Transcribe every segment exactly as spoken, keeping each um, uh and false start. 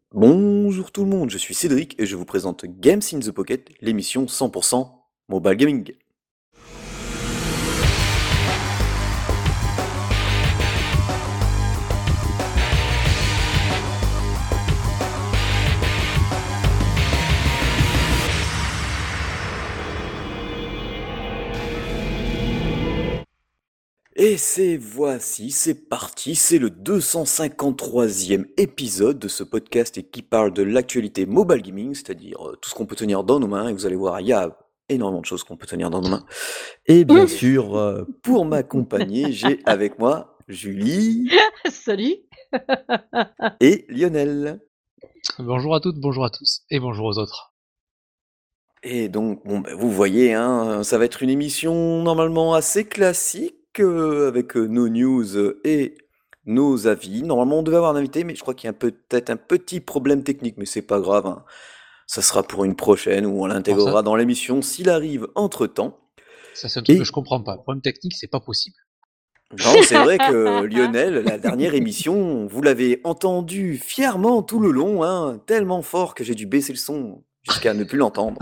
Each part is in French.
Bonjour tout le monde, je suis Cédric et je vous présente Games in the Pocket, l'émission cent pour cent Mobile Gaming. Et c'est voici, c'est parti, c'est le deux cent cinquante-troisième épisode de ce podcast qui parle de l'actualité mobile gaming, c'est-à-dire euh, tout ce qu'on peut tenir dans nos mains, et vous allez voir, il y a énormément de choses qu'on peut tenir dans nos mains. Et bien sûr, euh, pour m'accompagner, j'ai avec moi Julie Salut. et Lionel. Bonjour à toutes, bonjour à tous, et bonjour aux autres. Et donc, bon, ben, vous voyez, hein, ça va être une émission normalement assez classique, euh, avec euh, nos news euh, et nos avis. Normalement, on devait avoir un invité, mais je crois qu'il y a un peu- peut-être un petit problème technique, mais c'est pas grave, hein. Ça sera pour une prochaine où on Alors l'intégrera ça, dans l'émission s'il arrive entre-temps. ça c'est un truc que je Et comprends pas. Problème technique, c'est pas possible. non, c'est vrai que Lionel, la dernière émission, vous l'avez entendu fièrement tout le long, hein, tellement fort que j'ai dû baisser le son jusqu'à ne plus l'entendre.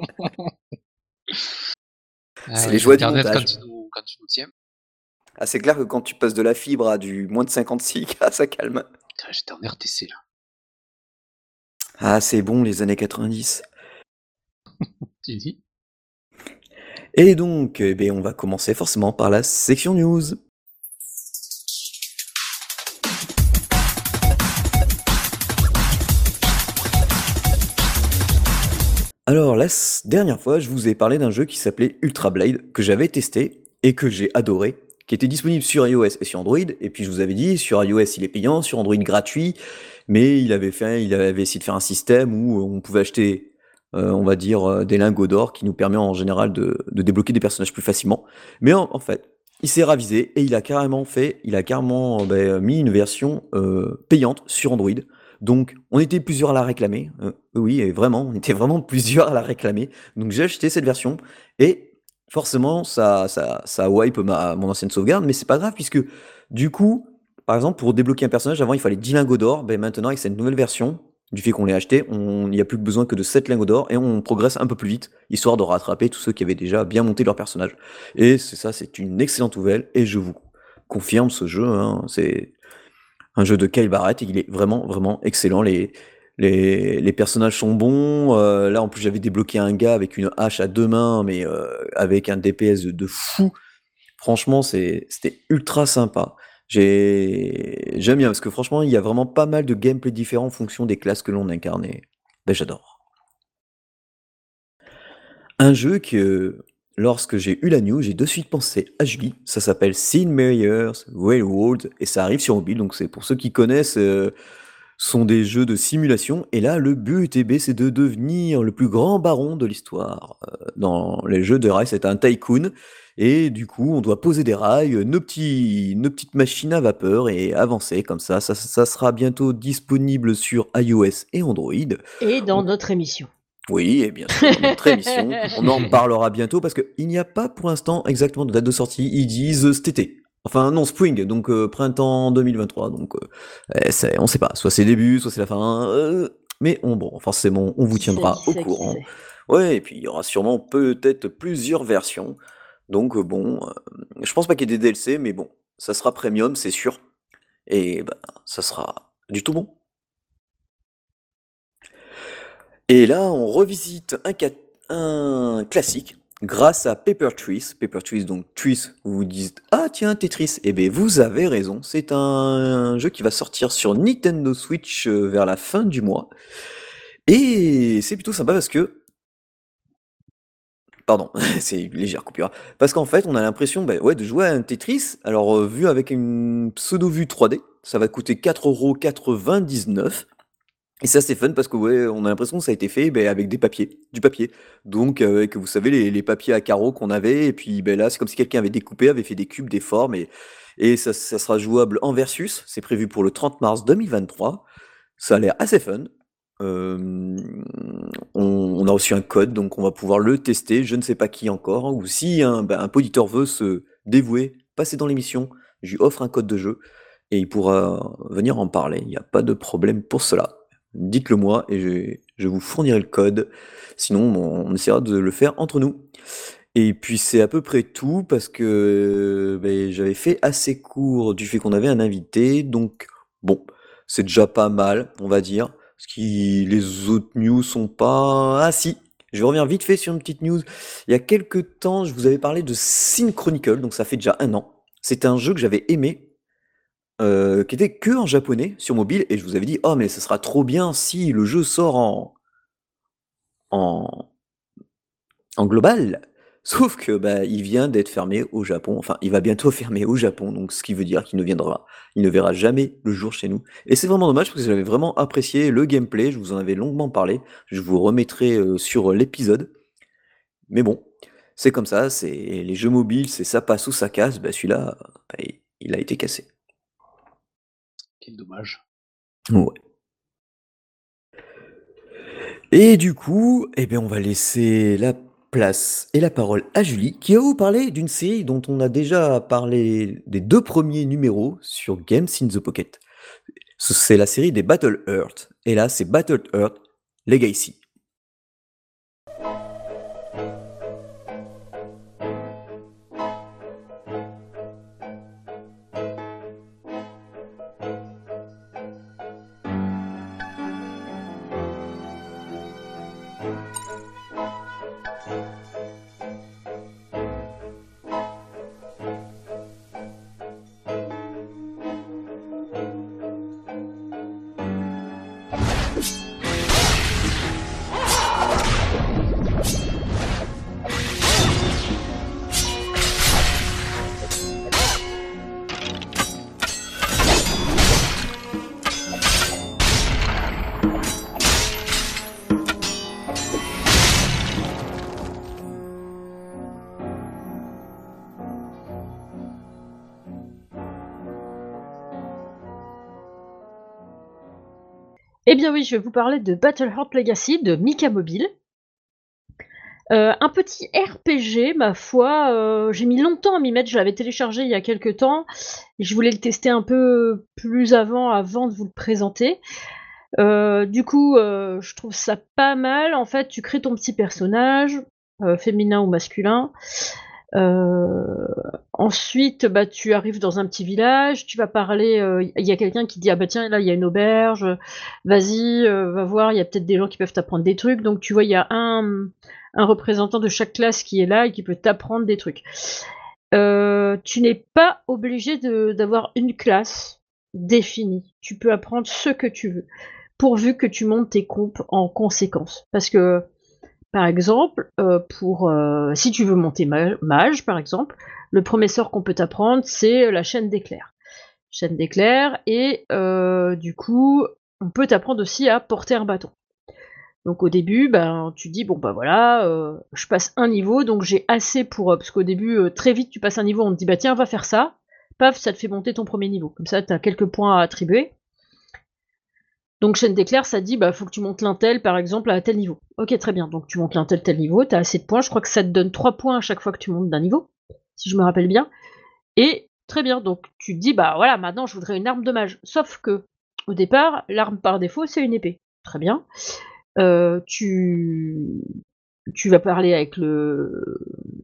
Ah C'est ouais, les joies du Internet quand montage. tu nous, quand tu nous tiens. Ah, c'est clair que quand tu passes de la fibre à du moins de cinquante-six K, ça calme. Putain, j'étais en R T C là. Ah, c'est bon, les années quatre-vingt-dix. Tu dis Et donc, eh ben, on va commencer forcément par la section news. Alors, la s- dernière fois, je vous ai parlé d'un jeu qui s'appelait Ultra Blade, que j'avais testé et que j'ai adoré, qui était disponible sur iOS et sur Android. Et puis, je vous avais dit, sur iOS, il est payant, sur Android, gratuit. Mais il avait fait, il avait essayé de faire un système où on pouvait acheter, euh, on va dire, euh, des lingots d'or qui nous permet en général de, de débloquer des personnages plus facilement. Mais en, en fait, il s'est ravisé et il a carrément fait, il a carrément ben, mis une version euh, payante sur Android. Donc, on était plusieurs à la réclamer. Euh, oui, et vraiment, on était vraiment plusieurs à la réclamer. Donc, j'ai acheté cette version et forcément, ça, ça, ça wipe ma, mon ancienne sauvegarde, mais c'est pas grave puisque du coup, par exemple, pour débloquer un personnage, avant il fallait dix lingots d'or. Ben maintenant, avec cette nouvelle version, du fait qu'on l'ait acheté, on n'y a plus besoin que de sept lingots d'or et on progresse un peu plus vite, histoire de rattraper tous ceux qui avaient déjà bien monté leur personnage. Et c'est ça, c'est une excellente nouvelle et je vous confirme ce jeu, hein, c'est un jeu de Kyle Barrett et il est vraiment, vraiment excellent. Les, les, les personnages sont bons. Euh, là, en plus, j'avais débloqué un gars avec une hache à deux mains, mais euh, avec un D P S de, de fou. Franchement, c'est, c'était ultra sympa. J'ai, j'aime bien parce que franchement, il y a vraiment pas mal de gameplay différents en fonction des classes que l'on incarne. Et ben, j'adore. Un jeu que, lorsque j'ai eu la news, j'ai de suite pensé à Julie. Ça s'appelle Sid Meier's Railroad et ça arrive sur mobile. Donc c'est pour ceux qui connaissent, euh, sont des jeux de simulation. Et là, le but, eh ben, c'est de devenir le plus grand baron de l'histoire. Euh, dans les jeux de rails, c'est un tycoon. Et du coup, on doit poser des rails, euh, nos, petits, nos petites machines à vapeur et avancer comme ça. Ça, ça sera bientôt disponible sur iOS et Android. Et dans On- notre émission. Oui, et bien sûr, dans notre émission, on en parlera bientôt parce qu'il n'y a pas pour l'instant exactement de date de sortie. Ils disent euh, cet été. Enfin, non, spring, donc euh, printemps deux mille vingt-trois. Donc, euh, eh, c'est- on sait pas. Soit c'est début, soit c'est la fin. euh, mais on, bon, forcément, on vous Qui sait, tiendra qui au sait, qui courant. sait. Ouais, et puis il y aura sûrement peut-être plusieurs versions. Donc, euh, bon, euh, je pense pas qu'il y ait des D L C, mais bon, ça sera premium, c'est sûr. Et ben, ça sera du tout bon. Et là, on revisite un, ca- un classique grâce à Paper Trees. Paper Trees, donc Trees, vous vous dites ah tiens, Tetris. Eh bien, vous avez raison. C'est un jeu qui va sortir sur Nintendo Switch euh, vers la fin du mois. Et c'est plutôt sympa parce que, pardon, c'est une légère coupure. Parce qu'en fait, on a l'impression bah, ouais, de jouer à un Tetris. Alors, euh, vu avec une pseudo-vue trois D, ça va coûter quatre euros quatre-vingt-dix-neuf. Et ça c'est fun parce que ouais, on a l'impression que ça a été fait ben, avec des papiers, du papier. Donc euh, que vous savez les, les papiers à carreaux qu'on avait et puis ben là c'est comme si quelqu'un avait découpé, avait fait des cubes, des formes et, et ça, ça sera jouable en versus. C'est prévu pour le trente mars deux mille vingt-trois. Ça a l'air assez fun. Euh, on, on a reçu un code donc on va pouvoir le tester. Je ne sais pas qui encore hein, ou si un, ben, un poditeur veut se dévouer, passer dans l'émission, je lui offre un code de jeu et il pourra venir en parler. Il n'y a pas de problème pour cela. dites-le moi et je je vous fournirai le code. Sinon, bon, on essaiera de le faire entre nous. Et puis c'est à peu près tout parce que, beh, j'avais fait assez court du fait qu'on avait un invité, donc bon, c'est déjà pas mal, on va dire. Parce que les autres news sont pas... Ah si, je reviens vite fait sur une petite news. Il y a quelques temps, je vous avais parlé de Sin Chronicle, donc ça fait déjà un an. C'était un jeu que j'avais aimé, euh, qui était que en japonais sur mobile, et je vous avais dit, oh mais ça sera trop bien si le jeu sort en, en, en global. Sauf que bah, il vient d'être fermé au Japon, enfin il va bientôt fermer au Japon, donc ce qui veut dire qu'il ne viendra, il ne verra jamais le jour chez nous. Et c'est vraiment dommage parce que j'avais vraiment apprécié le gameplay, je vous en avais longuement parlé, je vous remettrai euh, sur l'épisode. Mais bon, c'est comme ça, c'est les jeux mobiles, c'est ça passe ou ça casse, bah celui-là, bah, il il a été cassé. Quel dommage. Ouais. Et du coup, eh bien, on va laisser la place et la parole à Julie, qui va vous parler d'une série dont on a déjà parlé des deux premiers numéros sur Games in the Pocket. C'est la série des Battle Earth. Et là, c'est Battle Earth Legacy. Eh bien oui, je vais vous parler de Battleheart Legacy de Mika Mobile. Euh, un petit R P G, ma foi, euh, j'ai mis longtemps à m'y mettre, je l'avais téléchargé il y a quelques temps, et je voulais le tester un peu plus avant, avant de vous le présenter. Euh, du coup, euh, je trouve ça pas mal, en fait, tu crées ton petit personnage, euh, féminin ou masculin, euh, ensuite, bah, tu arrives dans un petit village, tu vas parler, il euh, y a quelqu'un qui dit ah bah tiens là il y a une auberge, vas-y euh, va voir, il y a peut-être des gens qui peuvent t'apprendre des trucs, donc tu vois il y a un, un représentant de chaque classe qui est là et qui peut t'apprendre des trucs. Euh, tu n'es pas obligé de, d'avoir une classe définie, tu peux apprendre ce que tu veux, pourvu que tu montes tes comptes en conséquence, parce que par exemple, euh, pour euh, si tu veux monter ma- mage, par exemple, le premier sort qu'on peut t'apprendre, c'est la chaîne d'éclairs. Chaîne d'éclairs, et euh, du coup, on peut t'apprendre aussi à porter un bâton. Donc au début, ben tu dis bon bah voilà, euh, je passe un niveau, donc j'ai assez pour euh, parce qu'au début euh, très vite tu passes un niveau, on te dit bah tiens va faire ça, paf ça te fait monter ton premier niveau. Comme ça t'as quelques points à attribuer. Donc chaîne d'éclairs, ça dit bah faut que tu montes l'intel par exemple à tel niveau. Ok très bien, donc tu montes l'intel tel niveau, t'as assez de points, je crois que ça te donne trois points à chaque fois que tu montes d'un niveau, si je me rappelle bien. Et très bien, donc tu te dis bah voilà maintenant je voudrais une arme de mage. Sauf que au départ, l'arme par défaut c'est une épée. Très bien. Euh, tu tu vas parler avec le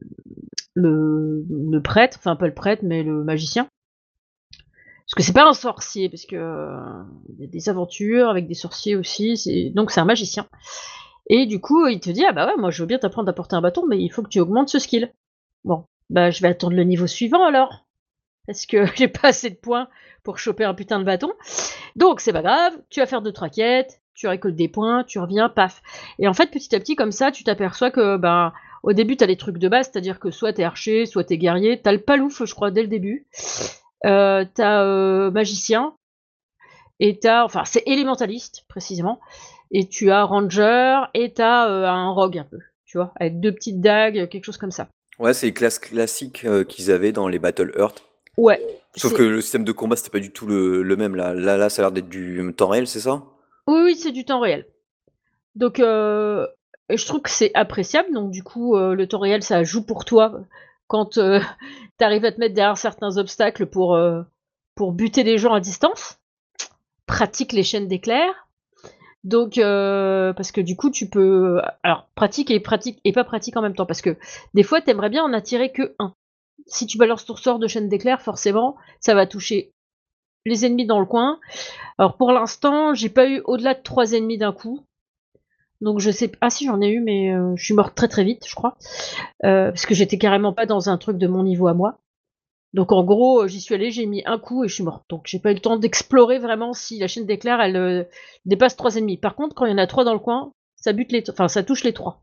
le, le prêtre, enfin pas le prêtre mais le magicien. Parce que c'est pas un sorcier, parce que euh, il y a des aventures avec des sorciers aussi, c'est... donc c'est un magicien. Et du coup, il te dit ah bah ouais, moi je veux bien t'apprendre à porter un bâton, mais il faut que tu augmentes ce skill. Bon, bah je vais attendre le niveau suivant alors, parce que j'ai pas assez de points pour choper un putain de bâton. Donc c'est pas grave, tu vas faire deux trois quêtes, tu récoltes des points, tu reviens, paf. Et en fait, petit à petit comme ça, tu t'aperçois que ben au début t'as les trucs de base, c'est-à-dire que soit t'es archer, soit t'es guerrier, t'as le palouf, je crois, dès le début. Euh, t'as euh, magicien, et t'as, enfin c'est élémentaliste précisément, et tu as ranger, et t'as euh, un rogue un peu, tu vois, avec deux petites dagues, quelque chose comme ça. Ouais, c'est les classes classiques euh, qu'ils avaient dans les Battle Earth. Ouais, Sauf que c'est, le système de combat, c'était pas du tout le, le même là. Là, là, ça a l'air d'être du temps réel, c'est ça? oui, oui, c'est du temps réel. Donc, euh, et je trouve que c'est appréciable. Donc, du coup, euh, le temps réel, ça joue pour toi quand euh, t'arrives à te mettre derrière certains obstacles pour, euh, pour buter les gens à distance. Pratique les chaînes d'éclairs. Donc, euh, parce que du coup, tu peux. Alors, pratique et pratique et pas pratique en même temps. Parce que des fois, t'aimerais bien en attirer que un. Si tu balances ton sort de chaîne d'éclair, forcément, ça va toucher les ennemis dans le coin. Alors, pour l'instant, j'ai pas eu au-delà de trois ennemis d'un coup. Donc, je sais. Ah, si, j'en ai eu, mais euh, je suis morte très très vite, je crois. Euh, parce que j'étais carrément pas dans un truc de mon niveau à moi. Donc en gros, j'y suis allée, j'ai mis un coup et je suis morte. Donc j'ai pas eu le temps d'explorer vraiment si la chaîne d'éclair elle euh, dépasse trois ennemis. Par contre, quand il y en a trois dans le coin, ça bute les, enfin ça touche les trois.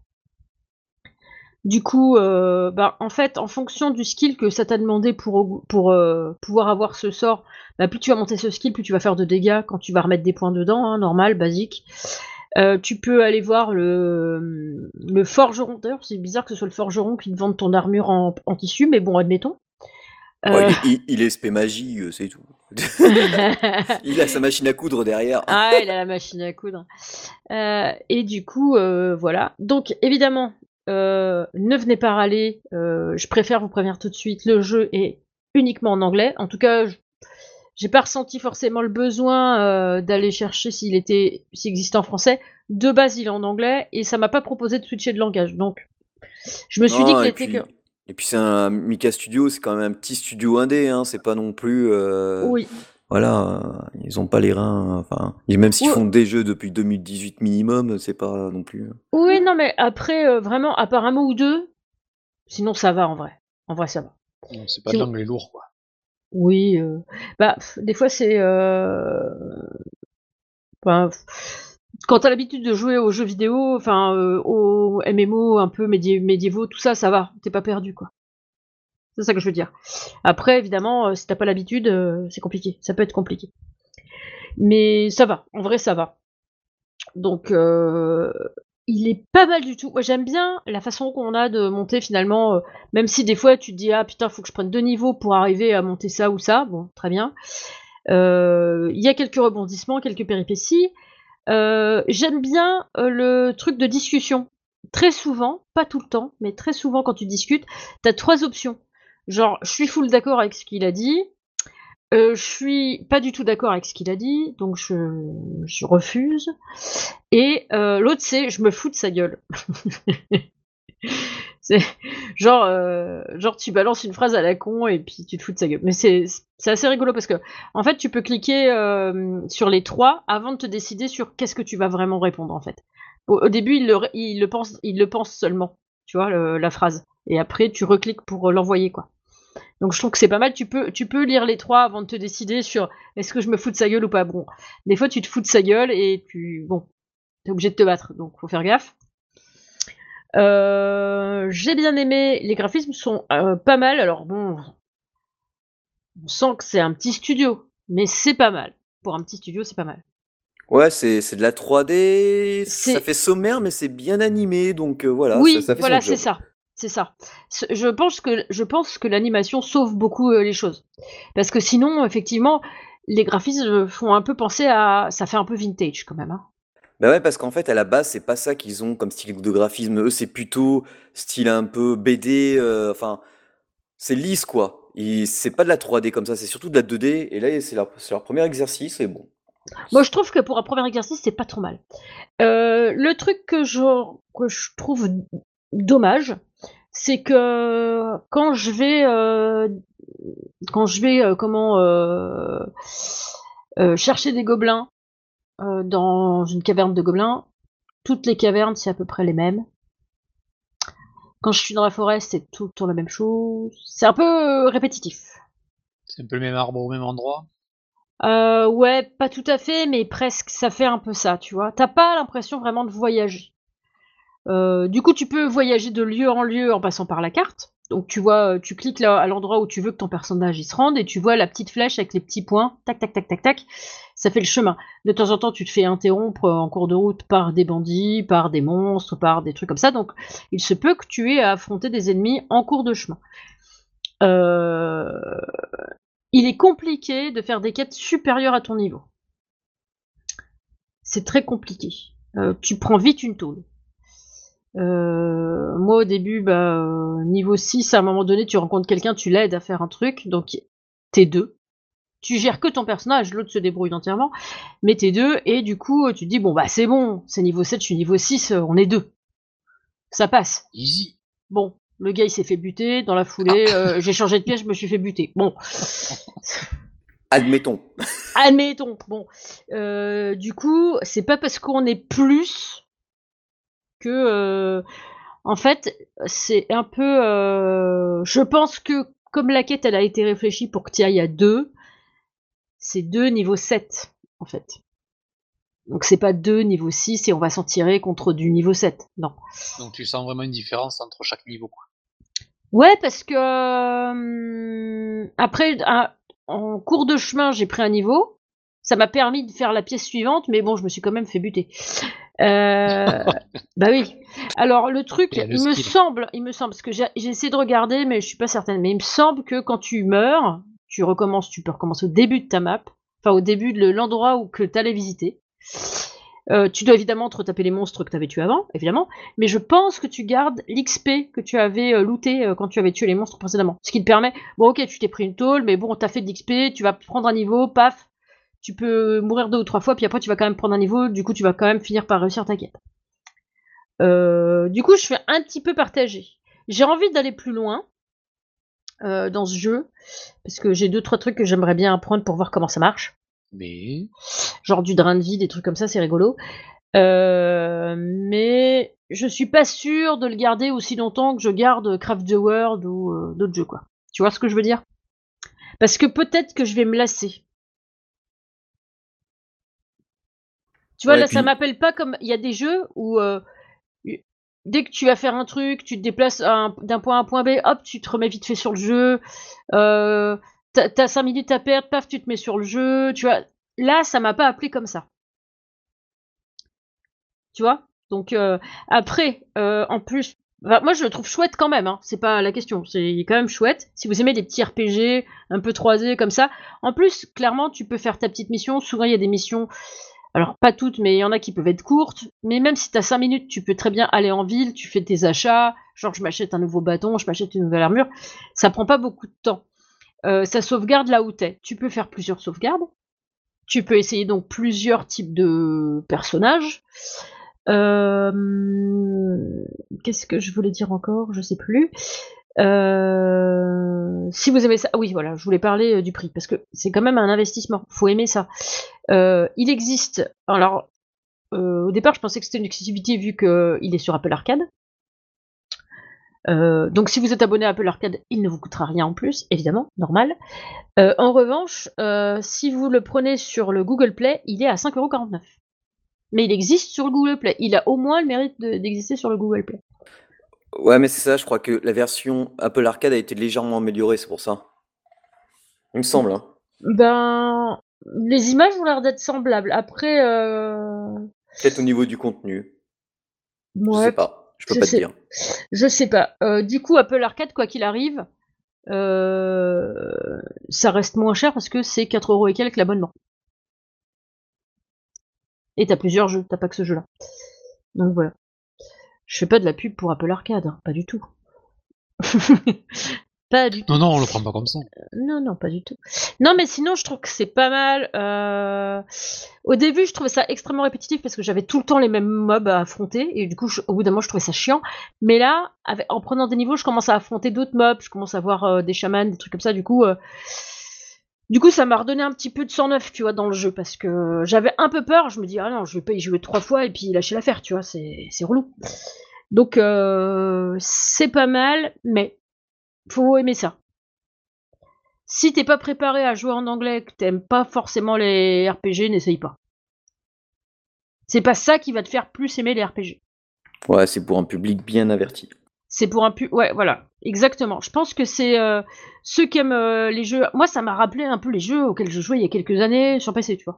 Du coup, euh, bah en fait, en fonction du skill que ça t'a demandé pour pour euh, pouvoir avoir ce sort, bah plus tu vas monter ce skill, plus tu vas faire de dégâts quand tu vas remettre des points dedans, hein, normal, basique. Euh, tu peux aller voir le le forgeron. D'ailleurs, c'est bizarre que ce soit le forgeron qui te vende ton armure en, en tissu, mais bon, admettons. Oh, Euh... il est, il, il est spé magie, euh, c'est tout. Il a sa machine à coudre derrière. Ah, il a la machine à coudre. Euh, et du coup, euh, voilà. Donc, évidemment, euh, ne venez pas râler. Euh, je préfère vous prévenir tout de suite. Le jeu est uniquement en anglais. En tout cas, je- j'ai pas ressenti forcément le besoin euh, d'aller chercher s'il était, s'il existait en français. De base, il est en anglais et ça m'a pas proposé de switcher de langage. Donc, je me suis dit Non, qu'il et était que. puis, et puis c'est un Mika Studio, c'est quand même un petit studio indé, hein, c'est pas non plus. euh, Oui. voilà, euh, ils ont pas les reins. Enfin, et même s'ils Oui, font des jeux depuis deux mille dix-huit minimum, c'est pas non plus. oui, non, mais après, euh, vraiment, à part un mot ou deux, sinon ça va en vrai. En vrai, ça va. Non, c'est pas Si de vous- l'anglais lourd, quoi. Oui, heu, bah, pff, des fois c'est, heu, enfin, pff, quand tu as l'habitude de jouer aux jeux vidéo, enfin, heu, aux M M O un peu médié médiévaux, tout ça, ça va, tu es pas perdu, quoi. C'est ça que je veux dire. Après évidemment, heu, si tu as pas l'habitude, heu, c'est compliqué, ça peut être compliqué. Mais ça va, en vrai ça va. Donc heu, il est pas mal du tout. Moi j'aime bien la façon qu'on a de monter finalement, heu, même si des fois tu te dis: «Ah putain, faut que je prenne deux niveaux pour arriver à monter ça ou ça», bon, très bien. Heu, il y a quelques rebondissements, quelques péripéties. Heu, j'aime bien, heu, le truc de discussion. Très souvent, pas tout le temps, mais très souvent quand tu discutes, tu as trois options. Genre, je suis full d'accord avec ce qu'il a dit, heu, je suis pas du tout d'accord avec ce qu'il a dit, donc je je refuse et heu, l'autre c'est: je me fous de sa gueule. C'est genre, heu, genre tu balances une phrase à la con et puis tu te fous de sa gueule. Mais c'est c'est assez rigolo parce que en fait, tu peux cliquer, hem, sur les trois avant de te décider sur qu'est-ce que tu vas vraiment répondre, en fait. Au au début, il le ré il le pense il le pense seulement, tu vois, le la phrase et après tu recliques pour, heu, l'envoyer, quoi. Donc je trouve que c'est pas mal. Tu peux tu peux lire les trois avant de te décider sur: «Est-ce que je me fous de sa gueule ou pas?» Bon, des fois, tu te fous de sa gueule et tu bon, tu es obligé de te battre, donc faut faire gaffe. Euh, j'ai bien aimé, les graphismes sont euh, pas mal. Alors bon, on sent que c'est un petit studio, mais c'est pas mal. Pour un petit studio, c'est pas mal. Ouais, c'est c'est de la trois D, ça C'est fait sommaire, mais c'est bien animé, donc euh, voilà, ça, oui, ça fait son voilà, c'est job. ça, c'est ça. Ce- Je pense que je pense que l'animation sauve beaucoup euh, les choses, parce que sinon, effectivement, les graphismes font un peu penser à, ça fait un peu vintage quand même, hein. Bah ouais, parce qu'en fait, à la base, c'est pas ça qu'ils ont comme style de graphisme. Eux, c'est plutôt style un peu B D, euh, enfin, c'est lisse, quoi. Et c'est pas de la trois D comme ça, c'est surtout de la deux D. Et là, c'est leur, c'est leur premier exercice, et bon. Moi, je trouve que pour un premier exercice, c'est pas trop mal. Euh, le truc que je que je trouve dommage, c'est que quand je vais euh, quand je vais euh, comment euh, euh, chercher des gobelins euh, dans une caverne de gobelins, toutes les cavernes c'est à peu près les mêmes. Quand je suis dans la forêt, c'est tout le temps la même chose. C'est un peu euh, répétitif. C'est un peu le même arbre au même endroit. Euh, ouais, pas tout à fait, mais presque. Ça fait un peu ça, tu vois. T'as pas l'impression vraiment de voyager. Euh, du coup, tu peux voyager de lieu en lieu en passant par la carte. Donc tu vois, tu cliques là à l'endroit où tu veux que ton personnage y se rende et tu vois la petite flèche avec les petits points, tac tac tac tac tac, ça fait le chemin. De temps en temps, tu te fais interrompre en cours de route par des bandits, par des monstres, par des trucs comme ça. Donc il se peut que tu aies à affronter des ennemis en cours de chemin. Euh, il est compliqué de faire des quêtes supérieures à ton niveau. C'est très compliqué. Euh, tu prends vite une tôle. Euh, moi, au début, bah, euh, niveau six, à un moment donné, tu rencontres quelqu'un, tu l'aides à faire un truc, donc t'es deux. tu gères que ton personnage, l'autre se débrouille entièrement, mais t'es deux, et du coup, tu te dis, bon, bah c'est bon, c'est niveau sept, je suis niveau six, euh, on est deux. Ça passe. Easy. Bon, le gars, il s'est fait buter, dans la foulée, euh, j'ai changé de pièce, je me suis fait buter. Bon. Admettons. Admettons. Bon. Euh, du coup, c'est pas parce qu'on est plus que... euh, en fait, c'est un peu... euh, je pense que, comme la quête, elle a été réfléchie pour que tu ailles à deux, c'est deux niveau sept, en fait. Donc c'est pas deux niveau six et on va s'en tirer contre du niveau sept. Non. Donc tu sens vraiment une différence entre chaque niveau, quoi. Ouais, parce que euh, après, un- en cours de chemin, j'ai pris un niveau. Ça m'a permis de faire la pièce suivante, mais bon, je me suis quand même fait buter. Euh, bah oui. Alors le truc, Et le il me skill. semble, il me semble, parce que j'ai j'ai essayé de regarder, mais je suis pas certaine. Mais il me semble que quand tu meurs, tu recommences, tu peux recommencer au début de ta map, enfin au début de l'endroit où que t'allais visiter. Euh, tu dois évidemment te retaper les monstres que tu avais tués avant, évidemment, mais je pense que tu gardes l'X P que tu avais euh, looté euh, quand tu avais tué les monstres précédemment. Ce qui te permet, bon ok, tu t'es pris une tôle, mais bon, t'as fait de l'X P, tu vas prendre un niveau, paf, tu peux mourir deux ou trois fois, puis après tu vas quand même prendre un niveau, du coup tu vas quand même finir par réussir ta quête. Euh, du coup, je suis un petit peu partagée. J'ai envie d'aller plus loin euh, dans ce jeu, parce que j'ai deux trois trucs que j'aimerais bien apprendre pour voir comment ça marche. Mais Genre du drain de vie, des trucs comme ça, c'est rigolo. Euh, mais je suis pas sûre de le garder aussi longtemps que je garde Craft the World ou euh, d'autres jeux, quoi. Tu vois ce que je veux dire? Parce que peut-être que je vais me lasser. Tu vois, Ouais, là, ça puis m'appelle pas comme... Il y a des jeux où, euh, dès que tu vas faire un truc, tu te déplaces un- d'un point A à un point B, hop, tu te remets vite fait sur le jeu. Euh, t'as t'as cinq minutes à perdre, paf, tu te mets sur le jeu. Tu vois, là, ça m'a pas appelé comme ça. Tu vois? Donc euh, après, euh, en plus, bah, moi je le trouve chouette quand même, hein, c'est pas la question, c'est quand même chouette. Si vous aimez des petits R P G, un peu trois D comme ça, en plus, clairement, tu peux faire ta petite mission. Souvent, il y a des missions, alors pas toutes, mais il y en a qui peuvent être courtes. Mais même si t'as cinq minutes, tu peux très bien aller en ville, tu fais tes achats, genre je m'achète un nouveau bâton, je m'achète une nouvelle armure. Ça prend pas beaucoup de temps. Euh, ça sauvegarde là où t'es. Tu peux faire plusieurs sauvegardes. Tu peux essayer donc plusieurs types de personnages. Euh, Qu'est-ce que je voulais dire encore? Je sais plus. Euh, si vous aimez ça, oui, voilà, je voulais parler euh, du prix parce que c'est quand même un investissement. Faut aimer ça. Euh, il existe. Alors, euh, au départ, je pensais que c'était une exclusivité vu qu'il est sur Apple Arcade. Euh, donc, si vous êtes abonné à Apple Arcade, il ne vous coûtera rien en plus, évidemment, normal. Euh, en revanche, euh, si vous le prenez sur le Google Play, il est à cinq euros quarante-neuf. Mais il existe sur le Google Play. Il a au moins le mérite de- d'exister sur le Google Play. ouais, mais c'est ça, je crois que la version Apple Arcade a été légèrement améliorée, c'est pour ça. Il me semble, hein. Ben, les images ont l'air d'être semblables. Après, euh... Peut-être au niveau du contenu. Je sais ouais, pas. Je peux je pas te sais, dire. je sais pas. Euh, du coup, Apple Arcade, quoi qu'il arrive, euh, ça reste moins cher parce que c'est quatre euros et quelques l'abonnement. Et t'as plusieurs jeux, t'as pas que ce jeu-là. Donc voilà. Je fais pas de la pub pour Apple Arcade, hein, pas du tout. Pas du tout. non, non, on le prend pas comme ça. Non, non, pas du tout. Non, mais sinon, je trouve que c'est pas mal. Euh... Au début, je trouvais ça extrêmement répétitif parce que j'avais tout le temps les mêmes mobs à affronter et du coup, je- au bout d'un moment, je trouvais ça chiant. Mais là, avec- en prenant des niveaux, je commence à affronter d'autres mobs, je commence à voir euh, des chamans, des trucs comme ça. Du coup, euh, du coup, ça m'a redonné un petit peu de sang neuf, tu vois, dans le jeu parce que j'avais un peu peur. Je me dis, ah non, je vais pas y jouer trois fois et puis lâcher l'affaire, tu vois, c'est c'est relou. Donc, euh, c'est pas mal, mais faut aimer ça. Si t'es pas préparé à jouer en anglais, que t'aimes pas forcément les R P G, n'essaye pas. C'est pas ça qui va te faire plus aimer les R P G. Ouais, c'est pour un public bien averti. C'est pour un pu... Ouais, voilà. Exactement. Je pense que c'est euh, ceux qui aiment euh, les jeux... Moi, ça m'a rappelé un peu les jeux auxquels je jouais il y a quelques années sur P C, tu vois.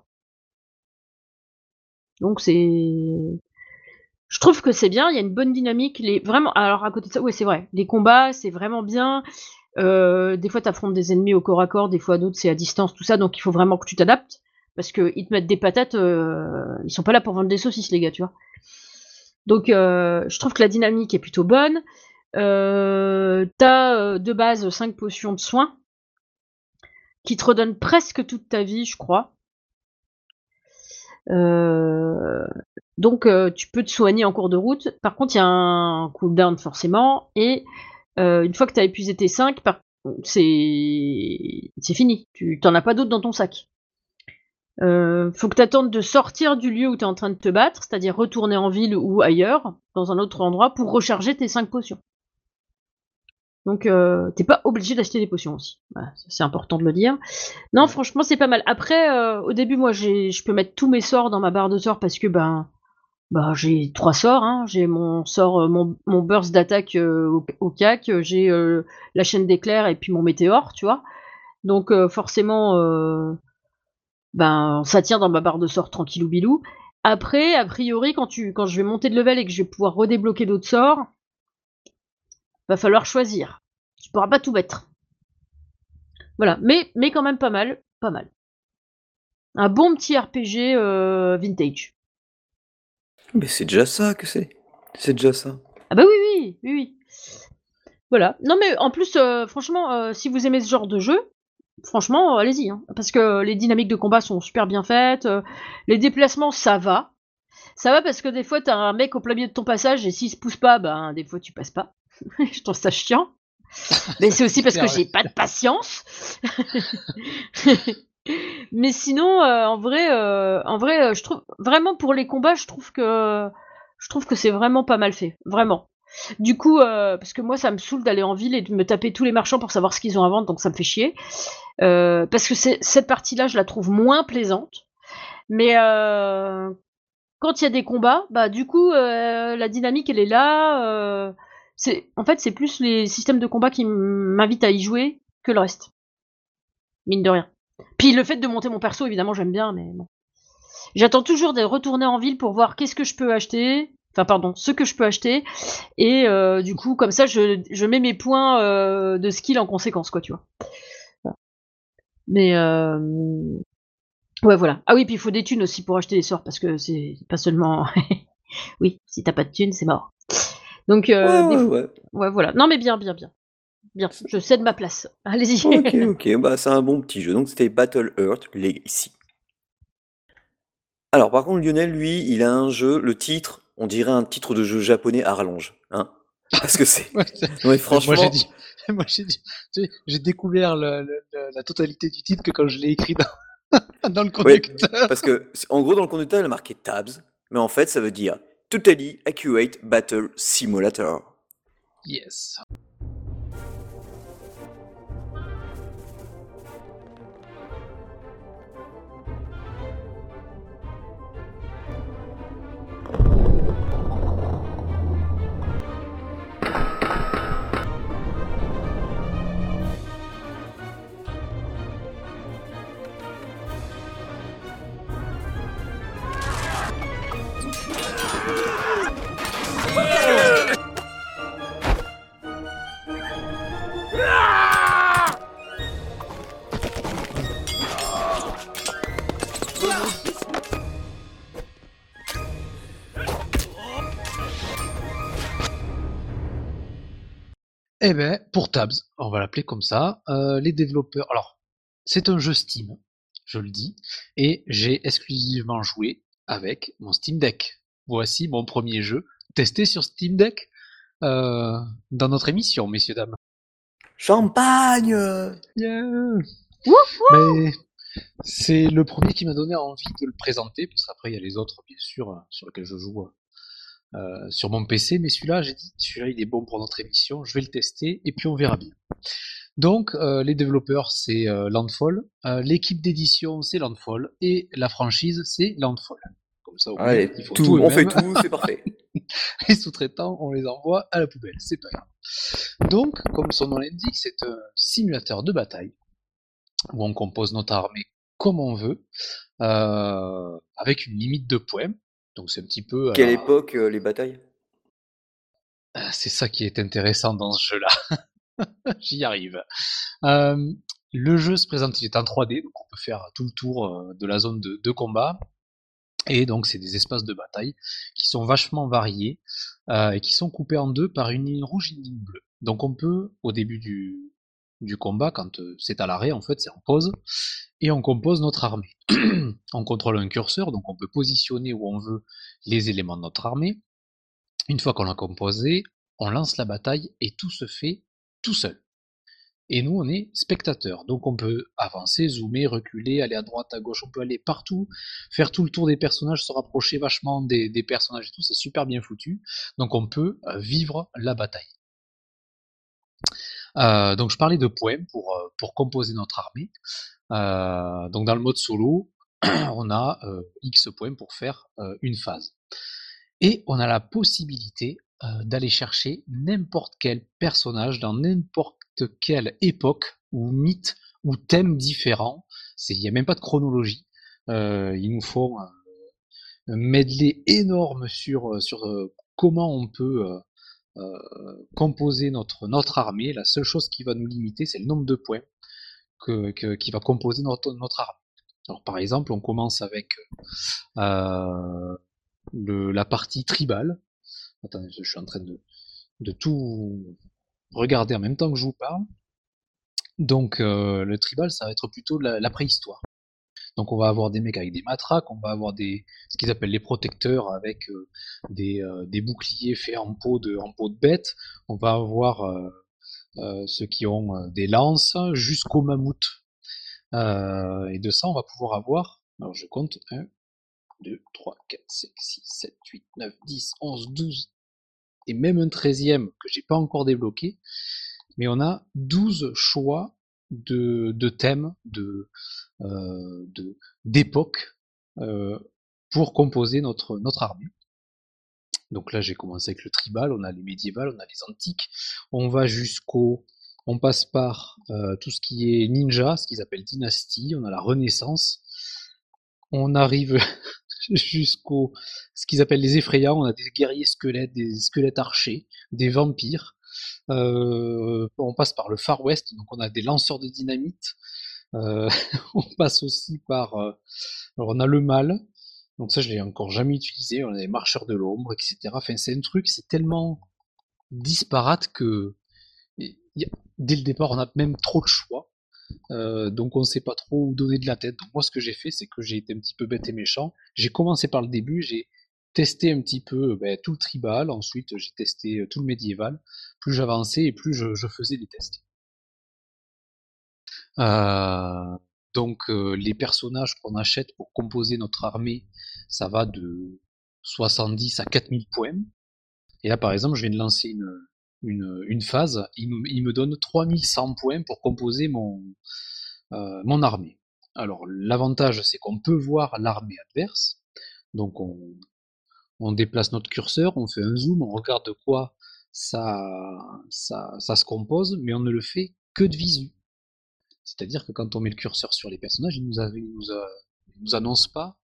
Donc c'est... Je trouve que c'est bien, il y a une bonne dynamique. Les... Vraiment... Alors à côté de ça, ouais, c'est vrai. Les combats, c'est vraiment bien. Euh, des fois, t'affrontes des ennemis au corps à corps, des fois d'autres, c'est à distance, tout ça. Donc il faut vraiment que tu t'adaptes. Parce qu'ils te mettent des patates, euh, ils sont pas là pour vendre des saucisses, les gars, tu vois. Donc euh, je trouve que la dynamique est plutôt bonne. Euh, T'as euh, de base cinq potions de soins qui te redonne presque toute ta vie, je crois. Heu, donc heu, tu peux te soigner en cours de route. Par contre, il y a un cooldown forcément et heu, une fois que tu as épuisé tes cinq, par c'est c'est fini. Tu tu en as pas d'autres dans ton sac. Heu, faut que tu attendes de sortir du lieu où tu es en train de te battre, c'est-à-dire retourner en ville ou ailleurs, dans un autre endroit, pour recharger tes cinq potions. Donc heu, tu es pas obligé d'acheter des potions aussi. Voilà, ça c'est important de le dire. Non, Ouais. franchement, c'est pas mal. Après, heu, au début, moi, j'ai je peux mettre tous mes sorts dans ma barre de sorts parce que, ben bah, j'ai trois sorts, hein. J'ai mon sort, heu, mon mon burst d'attaque, heu, au au cac, heu, j'ai, heu, la chaîne d'éclairs et puis mon météore, tu vois? Donc heu, forcément, heu, ben, ça tient dans ma barre de sorts tranquillou bilou. Après, a priori, quand tu quand je vais monter de level et que je vais pouvoir redébloquer d'autres sorts, va falloir choisir. Tu pourras pas tout mettre. Voilà, mais mais quand même pas mal, pas mal. Un bon petit R P G, heu, vintage. Mais c'est déjà ça que c'est. C'est déjà ça. Ah bah, oui, oui, oui, oui. Voilà. Non, mais en plus, heu, franchement, heu, si vous aimez ce genre de jeu, franchement, heu, allez-y, hein. Parce que les dynamiques de combat sont super bien faites, heu, les déplacements, ça va. Ça va parce que des fois, tu as un mec au plein milieu de ton passage et s'il se pousse pas, ben, des fois, tu passes pas. Je trouve ça chiant. Mais c'est aussi C'est parce que clair, ouais. j'ai pas de patience. Mais sinon, heu, en vrai, heu, en vrai, heu, je trouve vraiment pour les combats, je trouve que je trouve que c'est vraiment pas mal fait, vraiment. Du coup, heu, parce que moi, ça me saoule d'aller en ville et de me taper tous les marchands pour savoir ce qu'ils ont à vendre, donc ça me fait chier. Heu, parce que c'est cette partie-là, je la trouve moins plaisante. Mais heu, quand il y a des combats, bah, du coup, heu, la dynamique, elle est là, heu, c'est en fait, c'est plus les systèmes de combat qui m'invitent à y jouer que le reste, mine de rien. Puis le fait de monter mon perso, évidemment, j'aime bien, mais bon. J'attends toujours de retourner en ville pour voir qu'est-ce que je peux acheter, enfin pardon, ce que je peux acheter et heu, du coup, comme ça, je je mets mes points, heu, de skill en conséquence, quoi, tu vois? Voilà. Mais hem, ouais, voilà. Ah oui, puis il faut des thunes aussi pour acheter les sorts parce que c'est pas seulement oui, si tu as pas de thunes, c'est mort. Donc Ouais, heu, des ouais, f ouais. ouais, voilà. Non, mais bien, bien, bien, bien. Je cède ma place. Allez-y. Ok, ok, bah c'est un bon petit jeu. Donc c'était Battle Earth Legacy. Alors par contre Lionel, lui, il a un jeu, le titre, on dirait un titre de jeu japonais à rallonge, hein. Parce que c'est... Ouais, c'est- Non mais moi j'ai franchement, dit, moi j'ai dit, tu sais, j'ai découvert le- le- le- la totalité du titre que quand je l'ai écrit dans, dans le ouais, conducteur. parce que en gros dans le conducteur il a marqué Tabs, mais en fait ça veut dire Totally Accurate Battle Simulator. Yes. Eh ben, pour Tabs, on va l'appeler comme ça, euh, les développeurs. Alors, c'est un jeu Steam, je le dis, et j'ai exclusivement joué avec mon Steam Deck. Voici mon premier jeu testé sur Steam Deck euh, dans notre émission, messieurs dames. Champagne! Yeah. Wouf! Mais c'est le premier qui m'a donné envie de le présenter, parce qu'après il y a les autres, bien sûr, euh, sur lesquels je joue euh, sur mon P C, mais celui-là, j'ai dit, celui-là il est bon pour notre émission, je vais le tester, et puis on verra bien. Donc, euh, les développeurs, c'est euh, Landfall, euh, l'équipe d'édition, c'est Landfall, et la franchise, c'est Landfall. Comme ça, au moins, Allez, ils font tout tout, on fait eux-mêmes. tout, c'est parfait. Les sous-traitants, on les envoie à la poubelle, c'est pas grave. Donc, comme son nom l'indique, c'est un simulateur de bataille, où on compose notre armée comme on veut, euh, avec une limite de points. Donc c'est un petit peu à Quelle la... époque euh, les batailles? C'est ça qui est intéressant dans ce jeu-là. J'y arrive. Euh, le jeu se présente, il est en trois D, donc on peut faire tout le tour euh, de la zone de, de combat. Et donc c'est des espaces de bataille qui sont vachement variés euh, et qui sont coupés en deux par une ligne rouge et une ligne bleue. Donc on peut, au début du, du combat, quand euh, c'est à l'arrêt, en fait, c'est en pause, et on compose notre armée. On contrôle un curseur, donc on peut positionner où on veut les éléments de notre armée. Une fois qu'on l'a composé, on lance la bataille et tout se fait tout seul. Et nous, on est spectateurs, donc on peut avancer, zoomer, reculer, aller à droite, à gauche, on peut aller partout, faire tout le tour des personnages, se rapprocher vachement des, des personnages et tout, c'est super bien foutu. Donc on peut euh, vivre la bataille. Euh, donc je parlais de points pour, euh, pour composer notre armée. Euh, donc dans le mode solo, on a euh, X points pour faire euh, une phase. Et on a la possibilité euh, d'aller chercher n'importe quel personnage dans n'importe quelle époque ou mythe ou thème différent. Il n'y a même pas de chronologie. Euh, il nous faut un, un medley énorme sur, sur euh, comment on peut euh, euh, composer notre, notre armée. La seule chose qui va nous limiter, c'est le nombre de points que, que, qui va composer notre, notre armée. Alors par exemple, on commence avec euh, le, la partie tribale. Attendez, je suis en train de, de tout regarder en même temps que je vous parle. Donc euh, le tribal, ça va être plutôt la, la préhistoire. Donc on va avoir des mecs avec des matraques, on va avoir des ce qu'ils appellent les protecteurs avec euh, des, euh, des boucliers faits en peau de en peau de bête. On va avoir euh, euh, ceux qui ont euh, des lances jusqu'aux mammouths. Euh, et de ça, on va pouvoir avoir. Alors je compte un, deux, trois, quatre, cinq, six, sept, huit, neuf, dix, onze, douze et même un treizième que j'ai pas encore débloqué. Mais on a douze choix de, de thèmes, de, euh, de, d'époques euh, pour composer notre, notre armée. Donc là, j'ai commencé avec le tribal, on a les médiévales, on a les antiques, on va jusqu'au, on passe par euh, tout ce qui est ninja, ce qu'ils appellent dynastie, on a la Renaissance, on arrive jusqu'au, ce qu'ils appellent les effrayants, on a des guerriers squelettes, des squelettes archers, des vampires. Euh, on passe par le Far West, donc on a des lanceurs de dynamite. Euh, on passe aussi par, euh, alors on a le mal, donc ça je l'ai encore jamais utilisé. On a les marcheurs de l'ombre, et cetera. Enfin c'est un truc, c'est tellement disparate que y a, dès le départ on a même trop de choix. Euh, donc on ne sait pas trop où donner de la tête. Donc moi ce que j'ai fait, c'est que j'ai été un petit peu bête et méchant. J'ai commencé par le début, j'ai testé un petit peu ben, tout le tribal, ensuite j'ai testé tout le médiéval. Plus j'avançais et plus je, je faisais des tests. Euh, donc euh, les personnages qu'on achète pour composer notre armée, ça va de soixante-dix à quatre mille points. Et là par exemple, je viens de lancer une, une, une phase, il me, il me donne trois mille cent points pour composer mon, euh, mon armée. Alors l'avantage, c'est qu'on peut voir l'armée adverse, donc on, on déplace notre curseur, on fait un zoom, on regarde de quoi ça, ça, ça se compose, mais on ne le fait que de visu. C'est-à-dire que quand on met le curseur sur les personnages, il nous, avait, il nous, a, il nous annonce pas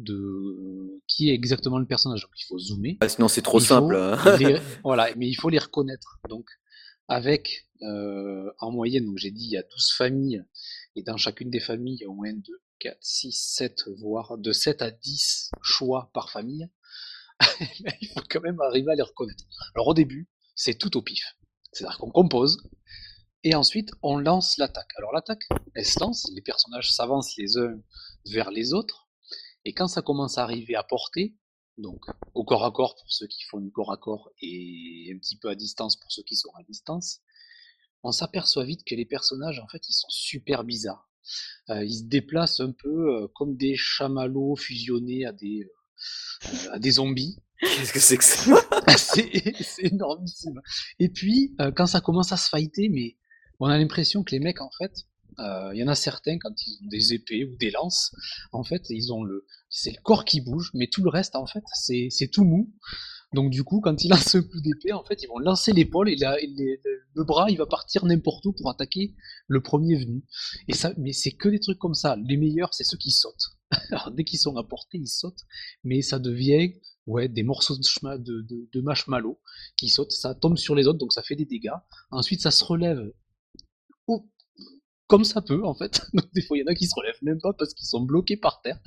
de qui est exactement le personnage. Donc il faut zoomer. Ah, sinon c'est trop Il simple. faut les, voilà, mais il faut les reconnaître. Donc avec euh, en moyenne, donc j'ai dit il y a douze familles, et dans chacune des familles, il y a au moins deux, quatre, six, sept, voire de sept à dix choix par famille. Il faut quand même arriver à les reconnaître. Alors au début, c'est tout au pif. C'est-à-dire qu'on compose, et ensuite on lance l'attaque. Alors l'attaque, elle se lance, les personnages s'avancent les uns vers les autres, et quand ça commence à arriver à portée, donc au corps à corps pour ceux qui font du corps à corps, et un petit peu à distance pour ceux qui sont à distance, on s'aperçoit vite que les personnages, en fait, ils sont super bizarres. Euh, ils se déplacent un peu euh, comme des chamallows fusionnés à des, euh, à des zombies. Qu'est-ce que c'est que ça? c'est, c'est énormissime. Et puis, euh, quand ça commence à se fighter, mais on a l'impression que les mecs, en fait, il euh, y en a certains, quand ils ont des épées ou des lances, en fait, ils ont le, c'est le corps qui bouge, mais tout le reste, en fait, c'est, c'est tout mou. Donc du coup, quand ils lancent un coup d'épée, en fait, ils vont lancer l'épaule et, la, et les, le bras, il va partir n'importe où pour attaquer le premier venu. Et ça, mais c'est que des trucs comme ça. Les meilleurs, c'est ceux qui sautent. Alors dès qu'ils sont à portée, ils sautent, mais ça devient ouais des morceaux de, chema, de, de, de marshmallow qui sautent, ça tombe sur les autres, donc ça fait des dégâts. Ensuite, ça se relève oh, comme ça peut, en fait. Donc des fois, il y en a qui se relèvent même pas parce qu'ils sont bloqués par terre.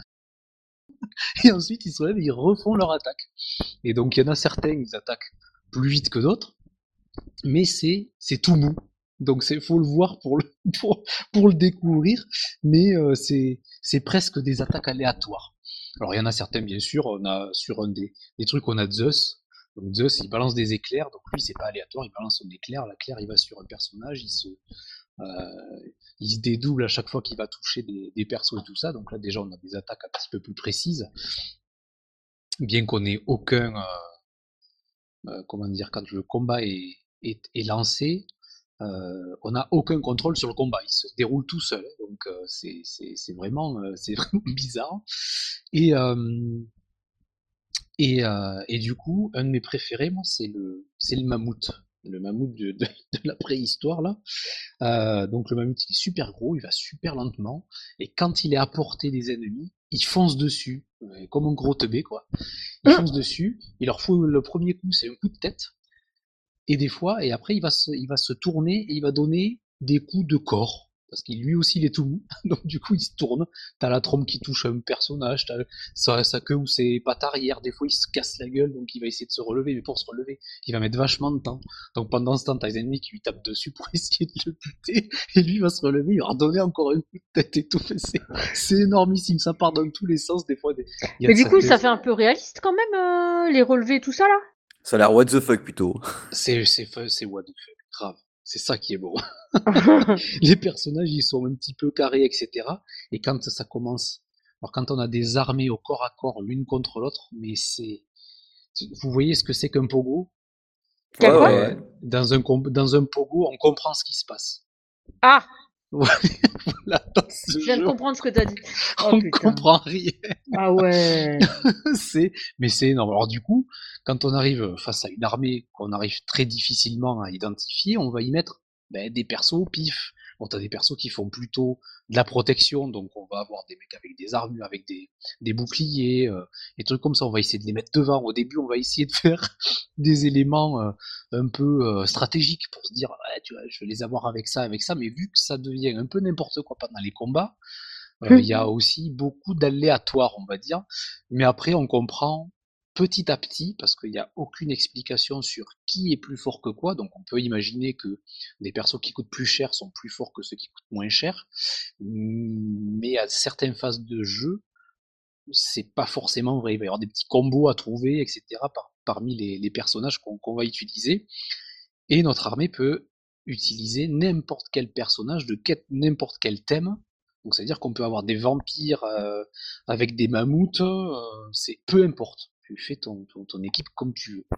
Et ensuite, ils se relèvent et ils refont leur attaque. Et donc, il y en a certains, ils attaquent plus vite que d'autres, mais c'est, c'est tout mou. Donc c'est faut le voir pour le pour, pour le découvrir, mais euh, c'est c'est presque des attaques aléatoires. Alors il y en a certains bien sûr, on a sur un des, des trucs on a Zeus. Donc Zeus il balance des éclairs, donc lui c'est pas aléatoire, il balance son éclair, l'éclair il va sur un personnage, il se euh, il se dédouble à chaque fois qu'il va toucher des, des persos et tout ça. Donc là déjà on a des attaques un petit peu plus précises, bien qu'on ait aucun euh, euh, comment dire, quand le combat est, est, est lancé, euh, on n'a aucun contrôle sur le combat, il se déroule tout seul, donc euh, c'est, c'est, c'est vraiment, euh, c'est vraiment bizarre. Et, euh, et, euh, et du coup, un de mes préférés, moi, c'est le, c'est le mammouth. Le mammouth de, de, de la préhistoire, là. Euh, donc le mammouth, il est super gros, il va super lentement, et quand il est à portée des ennemis, il fonce dessus, euh, comme un gros teubé, quoi. Il fonce dessus, il leur faut le premier coup, c'est un coup de tête, et des fois, et après, il va se, il va se tourner et il va donner des coups de corps. Parce qu'il lui aussi, il est tout mou. Donc, du coup, il se tourne. T'as la trompe qui touche un personnage, t'as sa, sa queue ou ses pattes arrière. Des fois, il se casse la gueule, donc il va essayer de se relever. Mais pour se relever, il va mettre vachement de temps. Donc, pendant ce temps, t'as les ennemis qui lui tapent dessus pour essayer de le buter. Et lui, il va se relever, il va redonner encore un coup de tête et tout. C'est, c'est énormissime. Ça part dans tous les sens. Des fois, des... il y a Mais de du ça, coup, des- ça fait un peu réaliste quand même, euh, les relevés, tout ça là. Ça a l'air what the fuck plutôt. c'est, c'est, c'est, c'est what the fuck. Grave. C'est ça qui est beau. Les personnages, ils sont un petit peu carrés, et cetera. Et quand ça commence, alors quand on a des armées au corps à corps l'une contre l'autre, mais c'est, vous voyez ce que c'est qu'un pogo? Y'a Ouais, quoi? ouais, Ben, ouais. dans un, com- dans un pogo, on comprend ce qui se passe. Ah, Voilà, dans ce je viens de jeu, comprendre ce que t'as dit. Oh on putain. comprend rien. Ah ouais. c'est, mais c'est énorme. Alors du coup, quand on arrive face à une armée qu'on arrive très difficilement à identifier, on va y mettre ben, des persos au pif. Bon, t'as des persos qui font plutôt de la protection, donc on va avoir des mecs avec des armures, avec des, des boucliers, euh, des trucs comme ça. On va essayer de les mettre devant. Au début, on va essayer de faire des éléments euh, un peu euh, stratégiques pour se dire, ouais, tu vois, je vais les avoir avec ça, avec ça. Mais vu que ça devient un peu n'importe quoi pendant les combats, euh, il y a aussi beaucoup d'aléatoires, on va dire. Mais après, on comprend petit à petit, parce qu'il n'y a aucune explication sur qui est plus fort que quoi. Donc on peut imaginer que des persos qui coûtent plus cher sont plus forts que ceux qui coûtent moins cher. Mais à certaines phases de jeu, c'est pas forcément vrai. Il va y avoir des petits combos à trouver, et cetera par- parmi les, les personnages qu'on qu'on va utiliser. Et notre armée peut utiliser n'importe quel personnage de quel- n'importe quel thème. Donc c'est-à-dire qu'on peut avoir des vampires euh, avec des mammouths, euh, c'est peu importe. Tu fais ton, ton, ton équipe comme tu veux.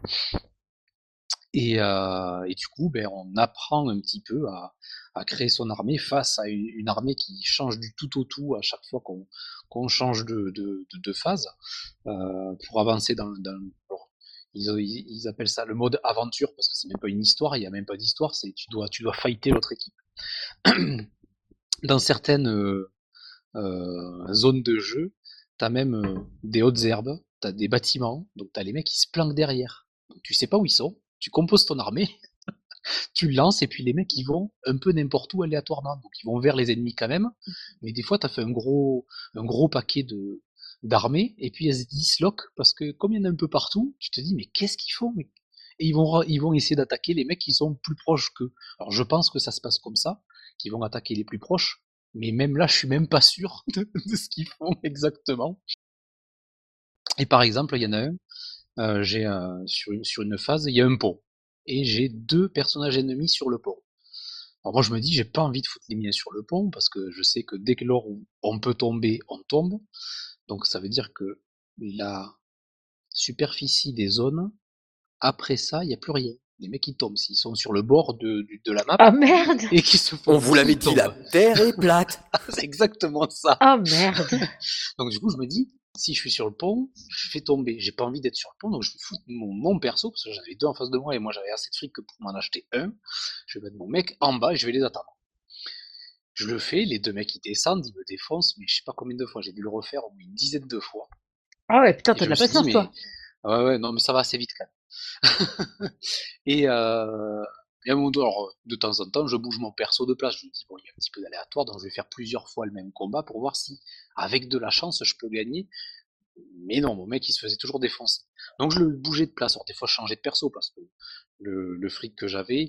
Et, euh, et du coup, ben, on apprend un petit peu à, à créer son armée face à une, une armée qui change du tout au tout à chaque fois qu'on qu'on change de, de, de, de phase euh, pour avancer dans, dans alors, ils, ils, ils appellent ça le mode aventure parce que c'est même pas une histoire, il y a même pas d'histoire, c'est tu dois tu dois fighter l'autre équipe. Dans certaines euh, euh, zones de jeu, t'as même euh, des hautes herbes, t'as des bâtiments, donc t'as les mecs qui se planquent derrière. Donc, tu sais pas où ils sont, tu composes ton armée, tu le lances et puis les mecs ils vont un peu n'importe où aléatoirement. Donc ils vont vers les ennemis quand même, mais des fois t'as fait un gros un gros paquet de d'armées et puis elles se disloquent parce que comme il y en a un peu partout, tu te dis mais qu'est-ce qu'ils font mais... Et ils vont ils vont essayer d'attaquer les mecs qui sont plus proches qu'eux. Alors je pense que ça se passe comme ça, qu'ils vont attaquer les plus proches, mais même là je suis même pas sûr de, de ce qu'ils font exactement. Et par exemple il y en a un, euh, j'ai un, sur une sur une phase il y a un pont et j'ai deux personnages ennemis sur le pont. Alors moi je me dis, j'ai pas envie de foutre les miens sur le pont, parce que je sais que dès que lors où on peut tomber, on tombe. Donc ça veut dire que la superficie des zones, après ça, il n'y a plus rien. Les mecs ils tombent, s'ils sont sur le bord de, de, de la map, Ah merde. et qu'ils se font On vous pousser, l'avait ils dit, la tombent. terre est plate. C'est exactement ça. Ah merde. Donc du coup je me dis, si je suis sur le pont, je fais tomber. J'ai pas envie d'être sur le pont, donc je vais foutre mon, mon perso, parce que j'en avais deux en face de moi, et moi j'avais assez de fric que pour m'en acheter un. Je vais mettre mon mec en bas et je vais les attendre. Je le fais, les deux mecs ils descendent, ils me défoncent, mais je sais pas combien de fois, j'ai dû le refaire au moins une dizaine de fois. Ah ouais, putain, Et t'as je de me la suis dit, patience mais toi. ouais, ouais, non, mais ça va assez vite quand même. et, euh, et à un moment donné, alors, de temps en temps, je bouge mon perso de place. Je me dis, bon, il y a un petit peu d'aléatoire, donc je vais faire plusieurs fois le même combat pour voir si, avec de la chance, je peux gagner. Mais non, mon mec il se faisait toujours défoncer. Donc je le bougeais de place. Alors des fois je changeais de perso parce que le, le fric que j'avais,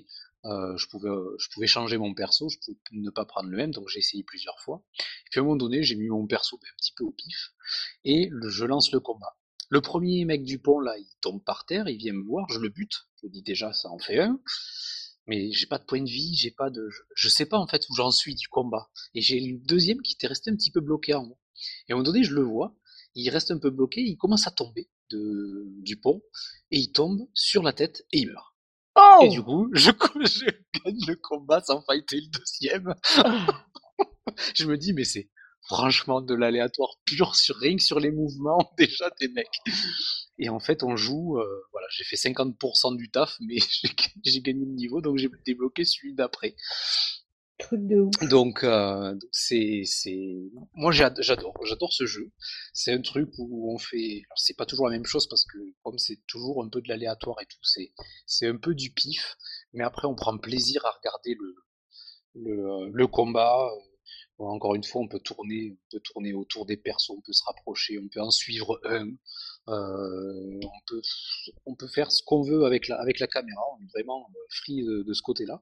Euh, je pouvais, euh, je pouvais changer mon perso, je pouvais ne pas prendre le même, donc j'ai essayé plusieurs fois. Et puis à un moment donné, j'ai mis mon perso ben, un petit peu au pif, et le- je lance le combat. Le premier mec du pont, là, il tombe par terre, il vient me voir, je le bute. Je me dis déjà, ça en fait un. Mais j'ai pas de point de vie, j'ai pas de. Je, je sais pas en fait où j'en suis du combat. Et j'ai le deuxième qui était resté un petit peu bloqué en haut. Et à un moment donné, je le vois, il reste un peu bloqué, il commence à tomber de, du pont, et il tombe sur la tête et il meurt. Et du Oh! coup, je, je gagne le combat sans fighter le deuxième. Ah. Je me dis, mais c'est franchement de l'aléatoire pur sur rien que sur les mouvements déjà des mecs. Et en fait, on joue, euh, voilà, j'ai fait cinquante pour cent du taf, mais j'ai j'ai gagné le niveau, donc j'ai débloqué celui d'après. Truc de ouf. Donc, euh, donc c'est, c'est, moi j'ad- j'adore, j'adore ce jeu. C'est un truc où on fait, alors c'est pas toujours la même chose parce que comme c'est toujours un peu de l'aléatoire et tout, c'est, c'est un peu du pif, mais après on prend plaisir à regarder le, le, le combat. Bon, encore une fois, on peut tourner, on peut tourner autour des persos, on peut se rapprocher, on peut en suivre un, euh, on peut, on peut faire ce qu'on veut avec la, avec la caméra. On est vraiment euh, free de, de ce côté-là.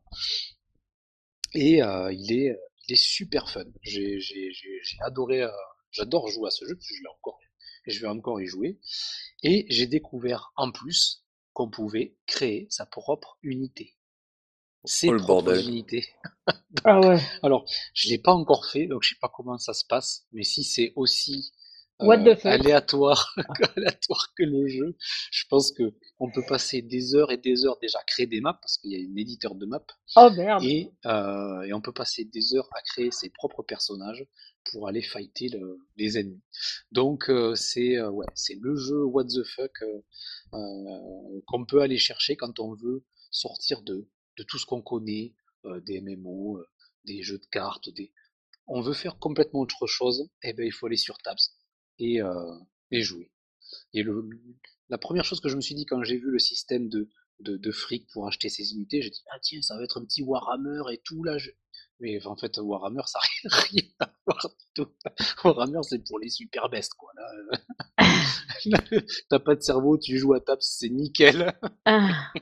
Et euh, il est, il est super fun. J'ai, j'ai, j'ai, j'ai adoré, euh, j'adore jouer à ce jeu parce que je l'ai encore, et je vais encore y jouer. Et j'ai découvert en plus qu'on pouvait créer sa propre unité, Oh ses le propres bordel. unités. Ah Donc, ouais. alors, je l'ai pas encore fait, donc je sais pas comment ça se passe, mais si c'est aussi What euh, the fuck? aléatoire, aléatoire que le jeu, je pense que on peut passer des heures et des heures déjà à créer des maps, parce qu'il y a un éditeur de maps, Oh merde. et, euh, et on peut passer des heures à créer ses propres personnages pour aller fighter le- les ennemis. Donc euh, c'est euh, ouais, c'est le jeu what the fuck euh, euh, qu'on peut aller chercher quand on veut sortir de, de tout ce qu'on connaît, euh, des M M O, euh, des jeux de cartes, des... on veut faire complètement autre chose, et ben il faut aller sur Tabs et, euh, et jouer. Et le, la première chose que je me suis dit quand j'ai vu le système de, de, de fric pour acheter ces unités, j'ai dit ah tiens ça va être un petit Warhammer et tout là. Je... Mais en fait Warhammer ça n'a rien à voir du tout. Warhammer c'est pour les super bestes quoi. Là, là t'as pas de cerveau, tu joues à Tabs, c'est nickel. Ah.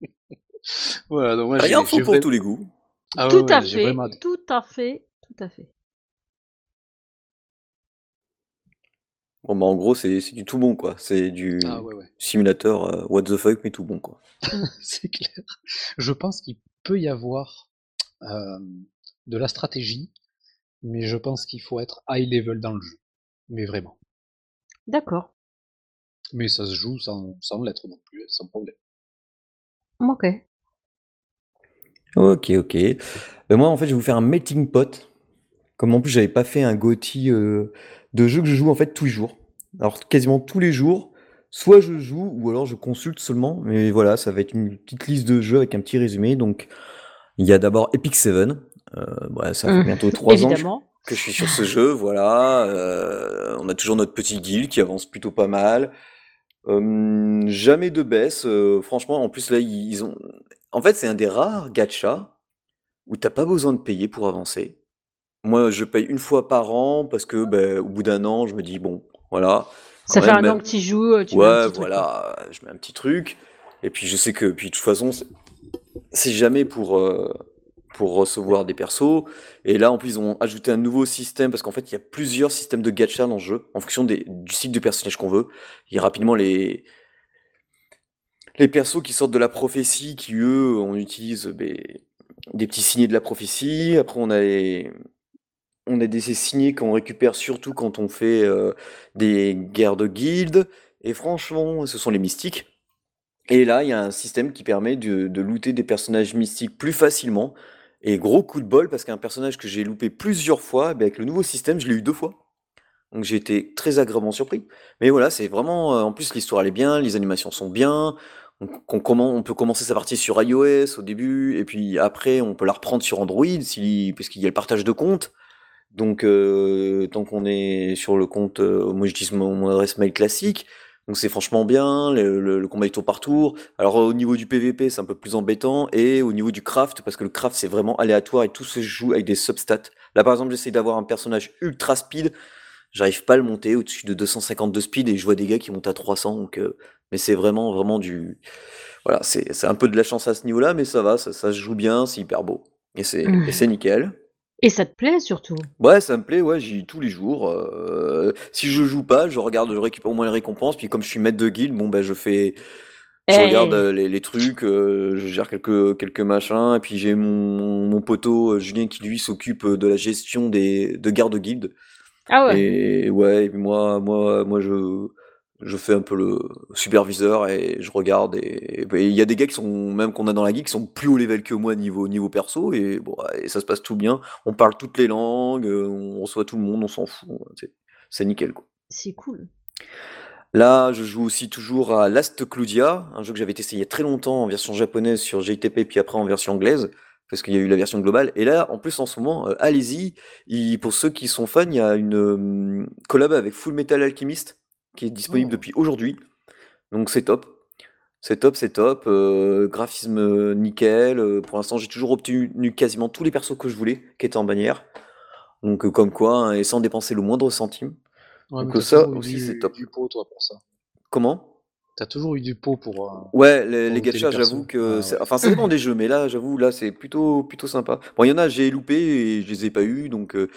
Voilà donc moi Ah, il y a j'ai un faux j'ai pour vraiment tous les goûts. ah ouais Tout ouais à là, j'ai vraiment fait, adoré. tout à fait, tout à fait. Bon, bah, en gros, c'est c'est du tout bon, quoi. C'est Ah du ouais ouais simulateur euh, what the fuck, mais tout bon, quoi. c'est clair. Je pense qu'il peut y avoir euh, de la stratégie, mais je pense qu'il faut être high level dans le jeu. Mais vraiment. D'accord. Mais ça se joue sans, sans l'être non plus, sans problème. Ok. Ok, ok. Ben moi, en fait, je vais vous faire un melting pot. Comme en plus, j'avais pas fait un GOTY euh, de jeux que je joue en fait tous les jours. Alors, quasiment tous les jours, soit je joue ou alors je consulte seulement. Mais voilà, ça va être une petite liste de jeux avec un petit résumé. Donc, il y a d'abord Epic Seven. Euh, voilà, ça fait Hum, bientôt trois ans que je, évidemment. que je suis sur ce jeu. Voilà, Euh, on a toujours notre petit guild qui avance plutôt pas mal. Euh, jamais de baisse. Euh, franchement, en plus là, ils ils ont. En fait, c'est un des rares gachas où t'as pas besoin de payer pour avancer. Moi, je paye une fois par an parce que, ben, au bout d'un an, je me dis bon, voilà, quand Ça fait même, un an même- que tu joues, euh, tu mets un ouais, petit truc, quoi. voilà, je mets un petit truc. Et puis je sais que, puis de toute façon, c'est c'est jamais pour, euh, pour recevoir des persos. Et là, en plus, ils ont ajouté un nouveau système parce qu'en fait, il y a plusieurs systèmes de gacha dans le jeu en fonction des, du style de personnage qu'on veut. Il y a rapidement les, les persos qui sortent de la prophétie, qui eux, on utilise ben, des petits signets de la prophétie. Après, on a les, on a des ces signets qu'on récupère surtout quand on fait euh, des guerres de guildes. Et franchement, ce sont les mystiques. Et là, il y a un système qui permet de, de looter des personnages mystiques plus facilement. Et gros coup de bol, parce qu'un personnage que j'ai loupé plusieurs fois, ben, avec le nouveau système, je l'ai eu deux fois. Donc j'ai été très agréablement surpris. Mais voilà, c'est vraiment. euh, En plus, l'histoire elle est bien, les animations sont bien. On, qu'on commen- on peut commencer sa partie sur iOS au début, et puis après, on peut la reprendre sur Android, si, parce qu'il y a le partage de comptes. Donc, euh, tant qu'on est sur le compte, euh, moi j'utilise mon, mon adresse mail classique. Donc c'est franchement bien, le, le- le combat est tour par tour. Alors au niveau du P V P, c'est un peu plus embêtant. Et au niveau du craft, parce que le craft c'est vraiment aléatoire et tout se joue avec des substats. Là par exemple, j'essaie d'avoir un personnage ultra speed. J'arrive pas à le monter au-dessus de deux cent cinquante de speed et je vois des gars qui montent à trois cents. Donc, euh, mais c'est vraiment, vraiment du. Voilà, c'est c'est un peu de la chance à ce niveau-là, mais ça va, ça ça se joue bien, c'est hyper beau et c'est et c'est nickel. Et ça te plaît surtout? Ouais, ça me plaît, ouais, j'y tous les jours, heu, si je joue pas, je regarde, je récupère au moins les récompenses, puis comme je suis maître de guilde, bon, bah, je fais je regarde, Eh! heu, les les trucs, heu, je gère quelques quelques machins et puis j'ai mon mon poteau, heu, Julien qui lui s'occupe, heu, de la gestion des de garde guilde Ah ouais. et ouais et puis moi moi moi je je fais un peu le superviseur et je regarde et bah, il y a des gars qui sont même qu'on a dans la guilde qui sont plus haut level que moi niveau niveau perso et bon, et ça se passe tout bien. On parle toutes les langues, heu, on reçoit tout le monde, on s'en fout, c'est c'est nickel, quoi. C'est cool. Là, je joue aussi toujours à Last Cloudia, un jeu que j'avais testé il y a très longtemps en version japonaise sur J T P, puis après en version anglaise, parce qu'il y a eu la version globale. Et là, en plus, en ce moment, euh, allez-y, il- pour ceux qui sont fans, il y a une euh, collab avec Full Metal Alchemist, qui est disponible Oh, depuis aujourd'hui. Donc c'est top. C'est top, c'est top. Euh, graphisme euh, nickel. Euh, pour l'instant, j'ai toujours obtenu quasiment tous les persos que je voulais, qui étaient en bannière. Donc euh, comme quoi, hein, et sans dépenser le moindre centime. ouais, mais Donc euh, t'as ça toujours eu aussi, c'est du, top. du pot, toi, pour ça. Comment? T'as toujours eu du pot pour, euh, Ouais, les, pour les looter les gachas, persos. j'avoue que Ah c'est- ouais. enfin ça dépend des jeux, mais là, j'avoue, là, c'est plutôt plutôt sympa. Bon, il y en a, j'ai loupé et je les ai pas eu, donc euh,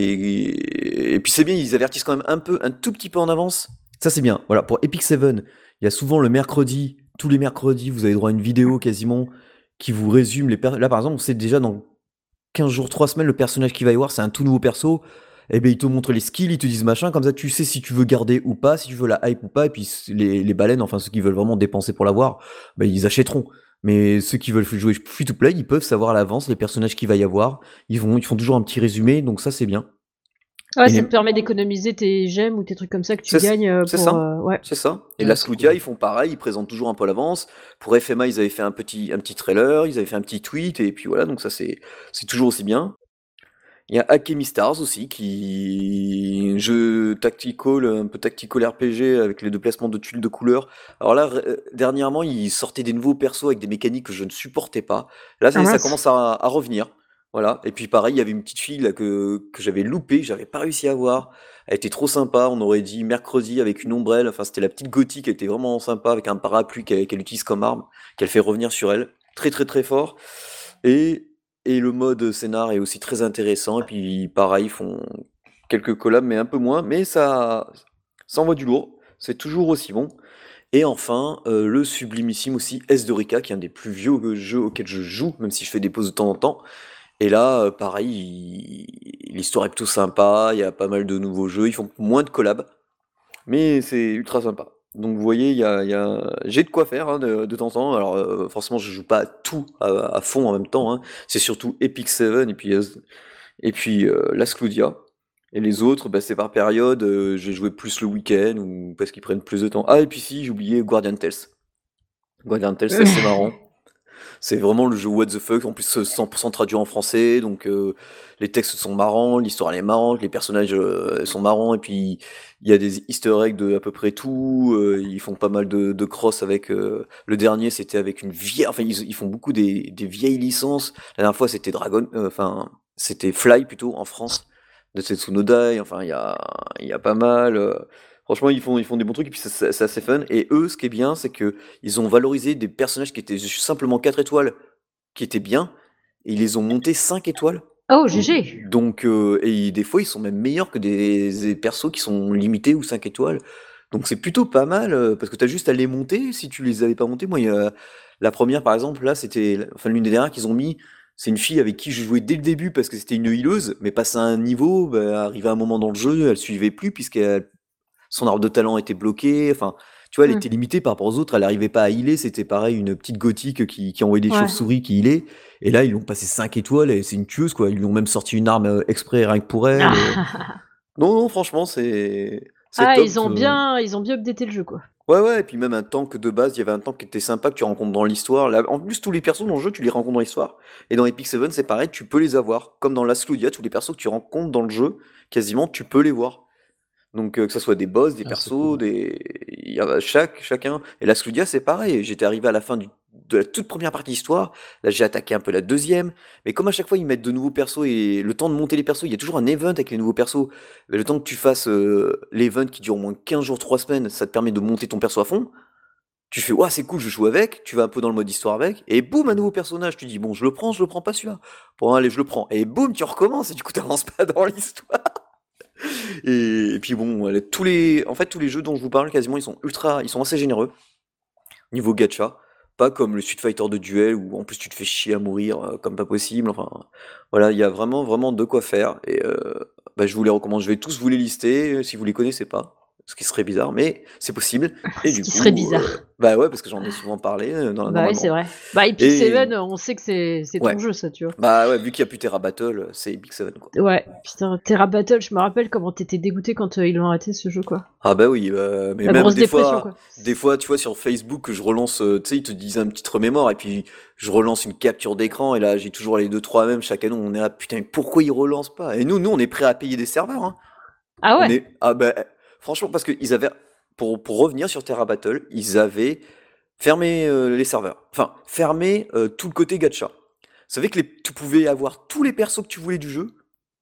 et, et puis c'est bien, ils avertissent quand même un peu, un tout petit peu en avance. Ça c'est bien. Voilà, pour Epic Seven, il y a souvent le mercredi, tous les mercredis, vous avez droit à une vidéo quasiment qui vous résume les per- là par exemple, on sait déjà dans quinze jours, trois semaines, le personnage qui va y avoir, c'est un tout nouveau perso. Et ben ils te montrent les skills, ils te disent machin, comme ça tu sais si tu veux garder ou pas, si tu veux la hype ou pas, et puis les, les baleines, enfin ceux qui veulent vraiment dépenser pour l'avoir, ben ils achèteront. Mais ceux qui veulent jouer free to play, ils peuvent savoir à l'avance les personnages qu'il va y avoir. Ils vont, ils font toujours un petit résumé, donc ça c'est bien. Ouais, Et ça les... te permet d'économiser tes gemmes ou tes trucs comme ça que tu C'est gagnes, heu, c'est pour, ça, heu ouais. c'est ça. Et Ouais, la c'est Scoudia, cool. ils font pareil, ils présentent toujours un peu à l'avance. Pour F M A, ils avaient fait un petit, un petit trailer, ils avaient fait un petit tweet, et puis voilà, donc ça c'est, c'est toujours aussi bien. Il y a Alchemy Stars aussi, qui jeu tactical, un peu tactical R P G avec les déplacements de tuiles de couleurs. Alors là, ré- dernièrement, ils sortaient des nouveaux persos avec des mécaniques que je ne supportais pas. Là, ça, Ah y est, ça mince. commence à, à revenir. Voilà. Et puis pareil, il y avait une petite fille là, que, que j'avais loupée, que j'avais pas réussi à voir. Elle était trop sympa. On aurait dit mercredi avec une ombrelle. Enfin, c'était la petite gothique. Elle était vraiment sympa avec un parapluie qu'elle qu'elle utilise comme arme, qu'elle fait revenir sur elle. Très très très fort. Et et le mode scénar est aussi très intéressant. Et puis pareil, ils font quelques collabs, mais un peu moins. Mais ça, ça envoie du lourd. C'est toujours aussi bon. Et enfin, euh, le sublimissime aussi, S de Rika, qui est un des plus vieux jeux auxquels je joue, même si je fais des pauses de temps en temps. Et là, euh, pareil, il- l'histoire est plutôt sympa, il y a pas mal de nouveaux jeux, ils font moins de collabs, mais c'est ultra sympa. Donc vous voyez, il y a, il y a- j'ai de quoi faire hein, de, de temps en temps. Alors euh, forcément, je joue pas à tout à, à fond en même temps, hein. C'est surtout Epic Seven et puis, euh, et puis euh, Las Cloudia. Et les autres, bah, c'est par période. Euh, j'ai joué plus le week-end ou parce qu'ils prennent plus de temps. Ah, et puis si, j'ai oublié Guardian Tales. Guardian Tales, c'est assez marrant. C'est vraiment le jeu what the fuck, en plus euh, cent pour cent traduit en français, donc euh, les textes sont marrants, l'histoire elle est marrante, les personnages euh, sont marrants, et puis il y a des easter eggs de à peu près tout, euh, ils font pas mal de, de cross avec, euh, le dernier c'était avec une vieille, enfin ils, ils font beaucoup des, des vieilles licences, la dernière fois c'était Dragon, euh, enfin c'était Fly plutôt en France, de Tetsunodai, enfin il y a, il y a pas mal, euh, franchement ils font, ils font des bons trucs, et puis c'est c'est- c'est assez fun, et eux ce qui est bien c'est que ils ont valorisé des personnages qui étaient juste simplement quatre étoiles, qui étaient bien, et ils les ont montés cinq étoiles. Oh, G G! Donc, heu et des fois, ils sont même meilleurs que des des persos qui sont limités ou cinq étoiles. Donc c'est plutôt pas mal, heu, parce que tu as juste à les monter si tu les avais pas montés. Moi, il y a la première par exemple, là, c'était l enfin l'une des dernières qu'ils ont mis, c'est une fille avec qui je jouais dès le début parce que c'était une healeuse, mais passé un niveau, bah, arrivé à un moment dans le jeu, elle suivait plus puisqu'elle son arbre de talent était bloqué, enfin, tu vois, elle était Mmh. limitée par rapport aux autres, elle arrivait pas à healer, c'était pareil, une petite gothique qui, qui envoyait des Ouais. chauves-souris qui healaient, et là, ils lui ont passé cinq étoiles, et c'est une tueuse, quoi, ils lui ont même sorti une arme euh, exprès rien que pour elle. euh. Non, non, franchement, c'est c'est Ah, top. ils ont euh. bien ils ont bien updaté le jeu, quoi. Ouais, ouais, et puis même un tank de base, il y avait un tank qui était sympa, que tu rencontres dans l'histoire. Là, en plus, tous les persos dans le jeu, tu les rencontres dans l'histoire, et dans Epic Seven, c'est pareil, tu peux les avoir. Comme dans Last Claudia, tous les persos que tu rencontres dans le jeu, quasiment, tu peux les voir. Donc, heu, que ça soit des boss, des Ah, c'est persos, cool. des il y a chaque chacun et la Scludia, c'est pareil. J'étais arrivé à la fin du de la toute première partie d'histoire. Là, j'ai attaqué un peu la deuxième. Mais comme à chaque fois, ils mettent de nouveaux persos et le temps de monter les persos, il y a toujours un event avec les nouveaux persos. Mais le temps que tu fasses, heu, l'event qui dure au moins quinze jours, trois semaines, ça te permet de monter ton perso à fond. Tu fais: «Ouah, c'est cool, je joue avec», tu vas un peu dans le mode histoire avec, et boum, un nouveau personnage. Tu dis: «Bon, je le prends, je le prends pas celui-là. Bon, allez, je le prends», et boum, tu recommences et du coup, tu avances pas dans l'histoire. Et, et puis bon, elle- tous les, en fait, tous les jeux dont je vous parle, quasiment, ils sont ultra, ils sont assez généreux niveau gacha. Pas comme le Street Fighter de duel où en plus tu te fais chier à mourir euh, comme pas possible. Enfin, voilà, il y a vraiment, vraiment de quoi faire. Et euh, bah, je vous les recommande. Je vais tous vous les lister euh, si vous les connaissez pas. Ce qui serait bizarre, mais c'est possible. Et Ce du qui serait coup, euh, bizarre. bah ouais, parce que j'en ai souvent parlé euh, dans- Bah oui, c'est normalement. vrai. Bah, Epic Et Seven, on sait que c'est c'est ton ouais, jeu, ça, tu vois. bah ouais, vu qu'il y a plus Terra Battle, c'est Big Seven quoi. Ouais, putain, Terra Battle, je me rappelle comment t'étais dégoûté quand euh, ils l'ont arrêté ce jeu, quoi. Ah bah oui, euh, mais La même grosse des dépression, fois, quoi. des fois, tu vois, sur Facebook, que je relance, euh, tu sais, ils te disent un petit remémore, et puis je relance une capture d'écran, et là, j'ai toujours les deux, trois mêmes chaque année, on est là, putain, mais pourquoi ils relancent pas? Et nous, nous, on est prêt à payer des serveurs, hein. Ah On ouais? est, ah bah, franchement, parce que ils avaient, pour, pour revenir sur Terra Battle, ils avaient fermé euh, les serveurs, enfin, fermé euh, tout le côté gacha. Vous savez que les, tu pouvais avoir tous les persos que tu voulais du jeu,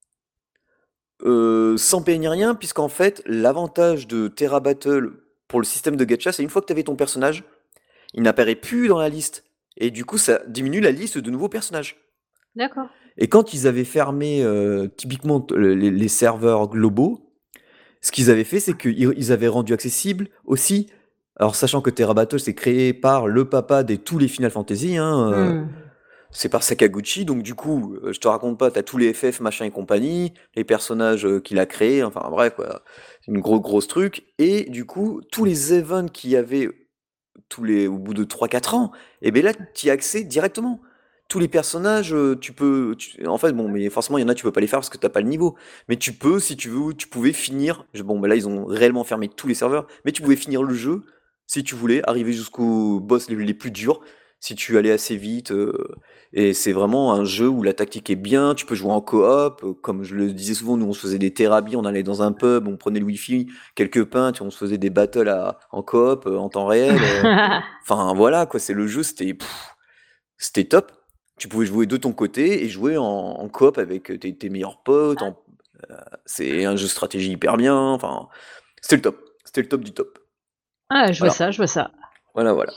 euh, sans payer ni rien, puisqu'en fait, l'avantage de Terra Battle pour le système de gacha, c'est une fois que tu avais ton personnage, il n'apparaît plus dans la liste. Et du coup, ça diminue la liste de nouveaux personnages. D'accord. Et quand ils avaient fermé euh, typiquement t- le- les, les serveurs globaux, ce qu'ils avaient fait, c'est qu'ils ils avaient rendu accessible aussi, alors sachant que Terra Battle c'est créé par le papa de tous les Final Fantasy, hein, euh, Hmm. c'est par Sakaguchi, donc du coup, euh, je te raconte pas, t'as tous les F F, machin et compagnie, les personnages euh, qu'il a créés, enfin bref, quoi. C'est une grosse, grosse truc. Et du coup, tous les events qu'il y avait tous les, au bout de trois quatre ans, et ben là, tu y as accès directement. Tous les personnages, euh, tu peux. tu- En fait, bon, mais forcément, il y en a, tu peux pas les faire parce que t'as pas le niveau. Mais tu peux, si tu veux, tu pouvais finir. je- Bon, ben là, ils ont réellement fermé tous les serveurs, mais tu pouvais finir le jeu si tu voulais, arriver jusqu'aux boss les, les plus durs, si tu allais assez vite. euh, et c'est vraiment un jeu où la tactique est bien. Tu peux jouer en coop. euh, Comme je le disais souvent, nous, on se faisait des thérapies, on allait dans un pub, on prenait le wifi, quelques pintes, on se faisait des battles à- en coop, euh, en temps réel. euh, Enfin voilà quoi, c'est le jeu, c'était pff, c'était top. Tu pouvais jouer de ton côté et jouer en, en coop avec tes, tes meilleurs potes. en- C'est un jeu de stratégie hyper bien. Enfin, c'était le top. C'était le top du top. Ah, je vois Voilà, ça, je vois ça. voilà, voilà.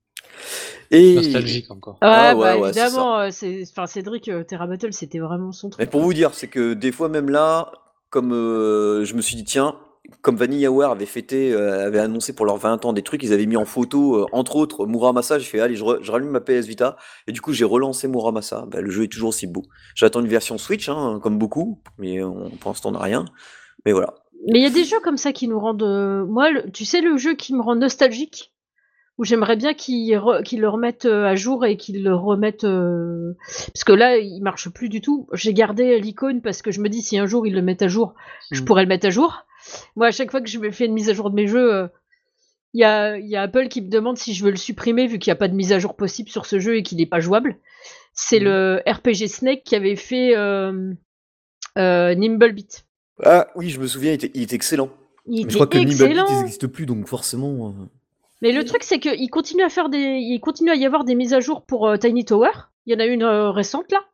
Et Nostalgique encore. ah Ouais, ouais, bah ouais, c'est ça. évidemment, euh, c'est, enfin, Cédric, euh, Terra Battle, c'était vraiment son Mais truc, pour quoi. vous dire, c'est que des fois même là, comme euh, je me suis dit tiens, comme VanillaWare avait fêté, euh, avait annoncé pour leurs vingt ans des trucs, ils avaient mis en photo, euh, entre autres, Muramasa. J'ai fait allez, je, re- je rallume ma P S Vita, et du coup j'ai relancé Muramasa. Bah, le jeu est toujours aussi beau. J'attends une version Switch, hein, comme beaucoup, mais on, pour l'instant on n'a rien. Mais voilà. Mais il y a des jeux comme ça qui nous rendent. euh, Moi, le- tu sais, le jeu qui me rend nostalgique, où j'aimerais bien qu'ils re- qu'ils le remettent euh, à jour et qu'ils le remettent. euh, Parce que là, il marche plus du tout. J'ai gardé l'icône parce que je me dis, si un jour ils le mettent à jour, je Hmm. pourrais le mettre à jour. Moi, à chaque fois que je me fais une mise à jour de mes jeux, euh, il y a, il y a Apple qui me demande si je veux le supprimer vu qu'il n'y a pas de mise à jour possible sur ce jeu et qu'il n'est pas jouable. C'est Hmm. le R P G Snake qui avait fait euh, euh, Nimblebit. Ah oui, je me souviens, il était, il était excellent. Il Mais je crois était que Nimblebit excellent. n'existe plus, donc forcément. euh, Mais le truc, c'est qu'il continue à faire des, il continue à y avoir des mises à jour pour euh, Tiny Tower. Il y en a une euh, récente là.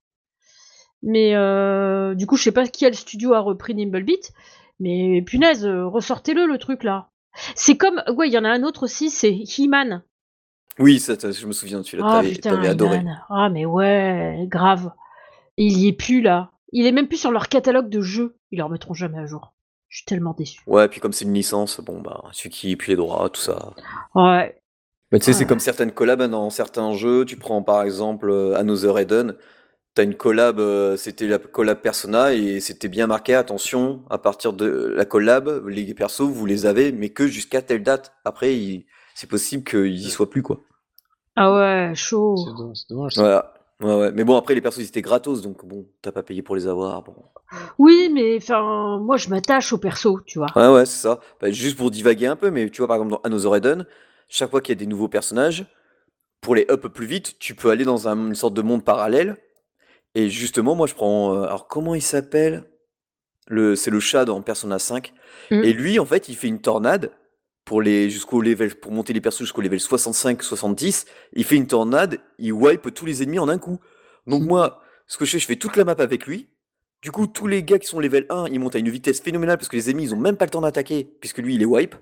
Mais euh, du coup, je sais pas quel studio a repris Nimblebit. Mais punaise, euh, ressortez-le le truc là. C'est comme, ouais, il y en a un autre aussi, c'est He-Man. Oui, ça, ça, je me souviens de celui-là, Ah t'avais, putain, t'avais adoré. He-Man. Ah mais ouais, grave. Et il y est plus là. Il est même plus sur leur catalogue de jeux. Ils le remettront jamais à jour. Je suis tellement déçu. Ouais, puis comme c'est une licence, bon bah, celui qui, puis les droits, tout ça. Ouais. Bah, tu sais, c'est Ouais. comme certaines collabs hein, dans certains jeux. Tu prends par exemple euh, Another Eden. T'as une collab, euh, c'était la collab Persona et c'était bien marqué, attention, à partir de la collab, les persos, vous les avez, mais que jusqu'à telle date. Après, il- c'est possible qu'ils y Ouais. soient plus, quoi. Ah ouais, chaud. C'est dommage, c'est dommage, ça. Voilà. Ouais, ouais. Mais bon, après, les persos, ils étaient gratos, donc bon, t'as pas payé pour les avoir. Bon. Oui, mais enfin, moi je m'attache au perso, tu vois. Ouais, ouais, c'est ça. Bah, juste pour divaguer un peu, mais tu vois, par exemple, dans Another Eden, chaque fois qu'il y a des nouveaux personnages, pour les up plus vite, tu peux aller dans un- une sorte de monde parallèle. Et justement, moi, je prends. euh, alors, comment il s'appelle? Le, c'est le chat dans Persona cinq. Mm. Et lui, en fait, il fait une tornade pour les jusqu'au level, pour monter les persos jusqu'au level soixante-cinq soixante-dix. Il fait une tornade, il wipe tous les ennemis en un coup. Donc moi, ce que je fais, je fais toute la map avec lui. Du coup, tous les gars qui sont level un, ils montent à une vitesse phénoménale parce que les ennemis, ils ont même pas le temps d'attaquer puisque lui, il est wipe.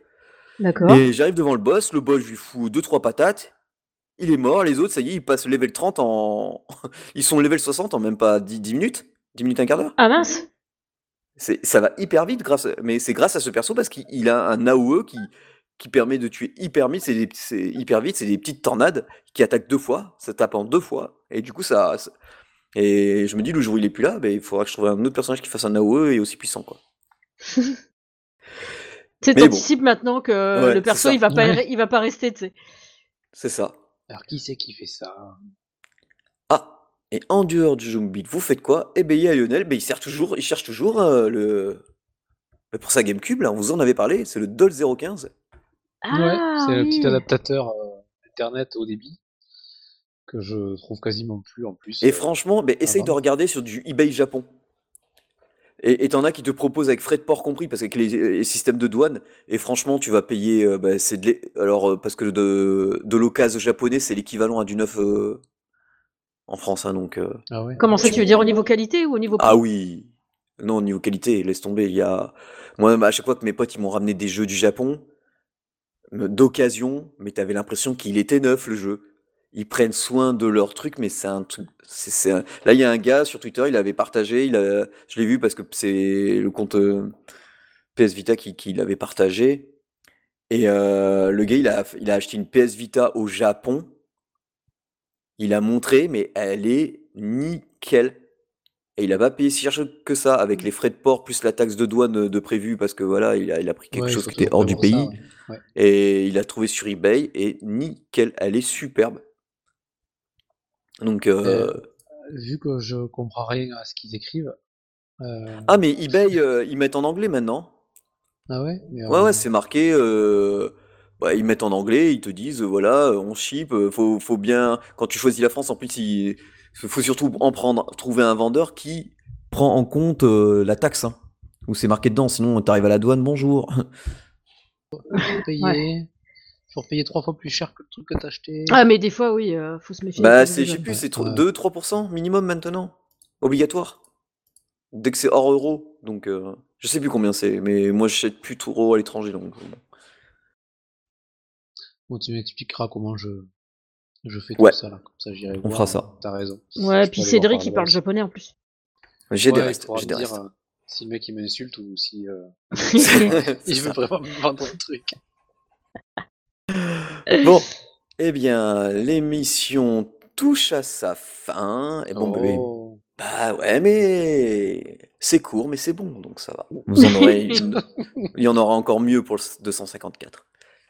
D'accord. Et j'arrive devant le boss, le boss, je lui fous deux trois patates, il est mort, les autres, ça y est, ils passent level trente en ils sont level soixante en même pas dix dix minutes, dix minutes, un quart d'heure. Ah mince! C'est ça va hyper vite grâce à mais c'est grâce à ce perso parce qu'il il a un A O E qui qui permet de tuer hyper vite, c'est des p c'est hyper vite, c'est des petites tornades qui attaquent deux fois, ça tape en deux fois et du coup ça ça et je me dis le jour où il est plus là, beh, il faudra que je trouve un autre personnage qui fasse un A O E et aussi puissant, quoi. Tu sais, Mais bon. tu maintenant que Ouais, le c'est perso, ça. il va pas Ouais. il va pas rester, tu sais? C'est ça. Alors qui c'est qui fait ça? Ah, et en dehors du jeu mobile, vous faites quoi? Eh beh, il y a Lionel, beh, il sert toujours il cherche toujours, heu, le bah, pour sa GameCube là, on vous en avait parlé, c'est le Dol zéro quinze. Ouais, Ah c'est le petit oui! adaptateur euh, internet haut débit que je trouve quasiment plus en plus Et euh, franchement, beh, à essaye de vendre. regarder sur du eBay Japon. Et et tu en as qui te proposent avec frais de port compris, parce qu'avec les les systèmes de douane et franchement, tu vas payer, heu, bah, c'est de l'é alors, heu, parce que de de l'occasion japonais, c'est l'équivalent à du neuf, heu, en France, hein, donc heu, Ah ouais. Comment ça, tu tu veux dire au niveau qualité ou au niveau ah prix? oui! Non, au niveau qualité, laisse tomber, il y a moi, bah, à chaque fois que mes potes, ils m'ont ramené des jeux du Japon, heu, d'occasion, mais tu avais l'impression qu'il était neuf, le jeu. Ils prennent soin de leur truc, mais c'est un truc c'est c'est un là, il y a un gars sur Twitter, il avait partagé, il a je l'ai vu parce que c'est le compte, heu, P S Vita qui qui l'avait partagé et heu, le gars, il a f il a acheté une P S Vita au Japon. Il a montré, mais elle est nickel et il a pas payé si cher que ça avec les frais de port plus la taxe de douane, heu, de prévu parce que voilà, il a il a pris quelque Ouais, il chose faut qui était toujours hors du prévoir ça, pays ouais. Ouais. et il a trouvé sur eBay et nickel, elle est superbe. Donc Euh, heu vu que je comprends rien à ce qu'ils écrivent, euh, ah mais eBay, heu, ils mettent en anglais maintenant. ah ouais, mais Ouais, ouais, en... c'est marqué, heu, bah, ils mettent en anglais, ils te disent, heu, voilà, heu, on ship, heu, faut faut bien quand tu choisis la France, en plus, il faut surtout en prendre trouver un vendeur qui prend en compte, heu, la taxe, hein, où c'est marqué dedans, sinon tu arrives à la douane: «Bonjour». Ouais. payer, faut repayer trois fois plus cher que le truc que t'as acheté. Ah mais des fois, oui, heu, faut se méfier avec Bah, les c'est je sais douanes. plus, Ouais, c'est tro ouais. deux trois minimum maintenant, obligatoire, dès que c'est hors euro, donc heu, je sais plus combien c'est, mais moi j'achète plus trop à l'étranger, donc bon. Bon, tu m'expliqueras comment je, je fais tout Ouais, ça là, comme ça j'irai on fera voir. ça. T'as raison, Ouais, je puis peux aller voir Cédric, par il là-bas parle aussi. japonais en plus. J'ai des Ouais, il restes, faudra j'ai me des dire restes. euh, si le mec il m'insulte ou si euh, il C'est veut ça. vraiment me vendre un truc. Bon, eh bien, l'émission touche à sa fin. Et bon, bébé, Oh. bah ouais, mais c'est court, mais c'est bon, donc ça va. Vous en aurez une. Il y en aura encore mieux pour le deux cent cinquante-quatre.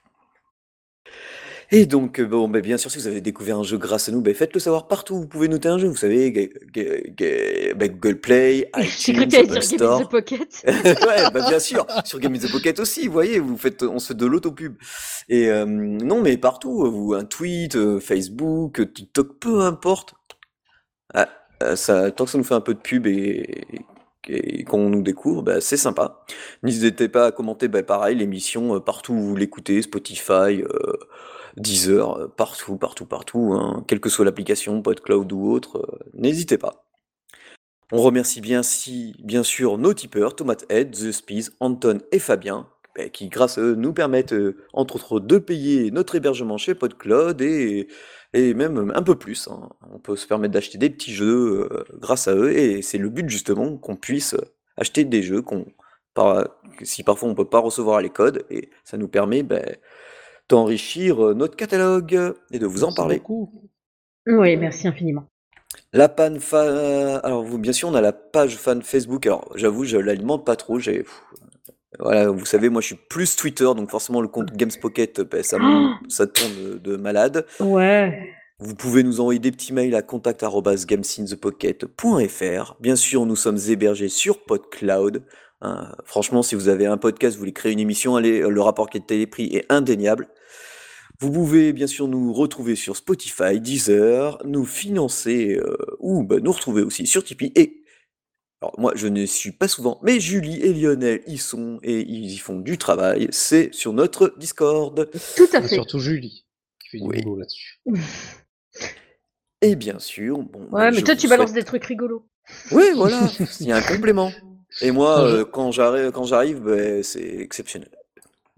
Et donc, euh, bon, bah, bien sûr, si vous avez découvert un jeu grâce à nous, bah, faites-le savoir partout. Vous pouvez noter un jeu, vous savez, Ga- Ga- Ga- bah, Google Play, J'ai cru que iTunes, t'allais Apple dire Game in the Store. Pocket. Ouais, bah bien sûr, sur Game in the Pocket aussi, vous voyez, vous faites, on se fait de l'autopub. Et euh, non, mais partout, euh, vous, un tweet, euh, Facebook, euh, TikTok, peu importe. Ah, euh, ça, tant que ça nous fait un peu de pub et, et qu'on nous découvre, bah, c'est sympa. N'hésitez pas à commenter, bah, pareil, l'émission euh, partout où vous l'écoutez, Spotify, euh, Deezer, euh, partout, partout, partout, hein, quelle que soit l'application, PodCloud ou autre, euh, n'hésitez pas. On remercie bien, si, bien sûr nos tipeurs, Tomatehead, The Spies, Anton et Fabien, bah, qui grâce à eux nous permettent euh, entre autres de payer notre hébergement chez PodCloud et, et même un peu plus, hein. On peut se permettre d'acheter des petits jeux euh, grâce à eux et c'est le but justement qu'on puisse acheter des jeux qu'on, par- si parfois on peut pas recevoir les codes et ça nous permet bah, d'enrichir euh, notre catalogue et de vous en Merci parler. beaucoup. Oui, merci infiniment. La panne fan. Alors, vous, bien sûr, on a la page fan Facebook. Alors, j'avoue, je l'alimente pas trop. J'ai... pff, Voilà, vous savez, moi, je suis plus Twitter, donc forcément, le compte Gamespocket, ben, ça, me- ça tourne de, de malade. Ouais. Vous pouvez nous envoyer des petits mails à contact arobase gamesinthepocket point f r. Bien sûr, nous sommes hébergés sur PodCloud. Hein, franchement, si vous avez un podcast, vous voulez créer une émission, allez, le rapport qualité-prix est indéniable. Vous pouvez bien sûr nous retrouver sur Spotify, Deezer, nous financer euh, ou bah, nous retrouver aussi sur Tipeee. Et alors moi je ne suis pas souvent, mais Julie et Lionel y sont et ils y font du travail. C'est sur notre Discord. Tout à Et fait. surtout Julie, qui fait du Oui. boulot là-dessus. Et bien sûr, bon, bah, Ouais, mais je toi, vous tu balances souhaite. des trucs rigolos. Oui, voilà, il y a un complément. Et moi, Quand je... euh, quand j'arrive, quand j'arrive, bah, c'est exceptionnel.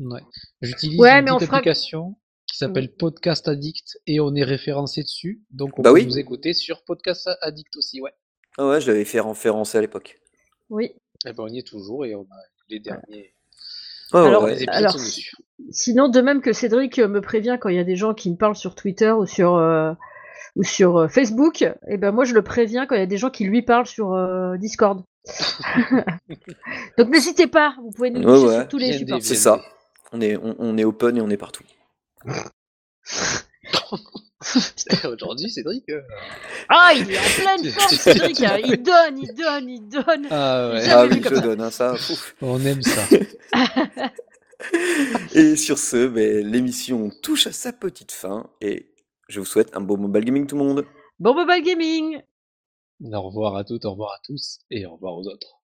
Ouais. J'utilise Ouais, une mais on petite fera. application qui s'appelle Oui. Podcast Addict et on est référencé dessus, donc on Bah peut oui. nous écouter sur Podcast Addict aussi, ouais. Ah ouais, je l'avais fait référencer à l'époque. Oui. Et ben on y est toujours et on a les Voilà. derniers, Ouais, ouais, Alors, les ouais. épisodes alors, sont si- dessus. sinon, de même que Cédric euh, me prévient quand il y a des gens qui me parlent sur Twitter ou sur, euh, ou sur euh, Facebook, et ben moi je le préviens quand il y a des gens qui lui parlent sur euh, Discord. Donc n'hésitez pas, vous pouvez nous Ouais, toucher sur ouais, tous les Viendez, supports. c'est viendez. ça. On est, on, on est open et on est partout. Aujourd'hui, Cédric. euh, Ah, il est en pleine tu- forme, tu- Cédric. tu l'as Il fait. donne, il donne, il donne. Ah J'ai ouais, jamais Ah vu oui, comme je ça. donne, hein, ça. Ouf. on aime ça. Et sur ce, ben, l'émission touche à sa petite fin et je vous souhaite un beau mobile gaming tout le monde. Bon mobile gaming. Au revoir à toutes, au revoir à tous et au revoir aux autres.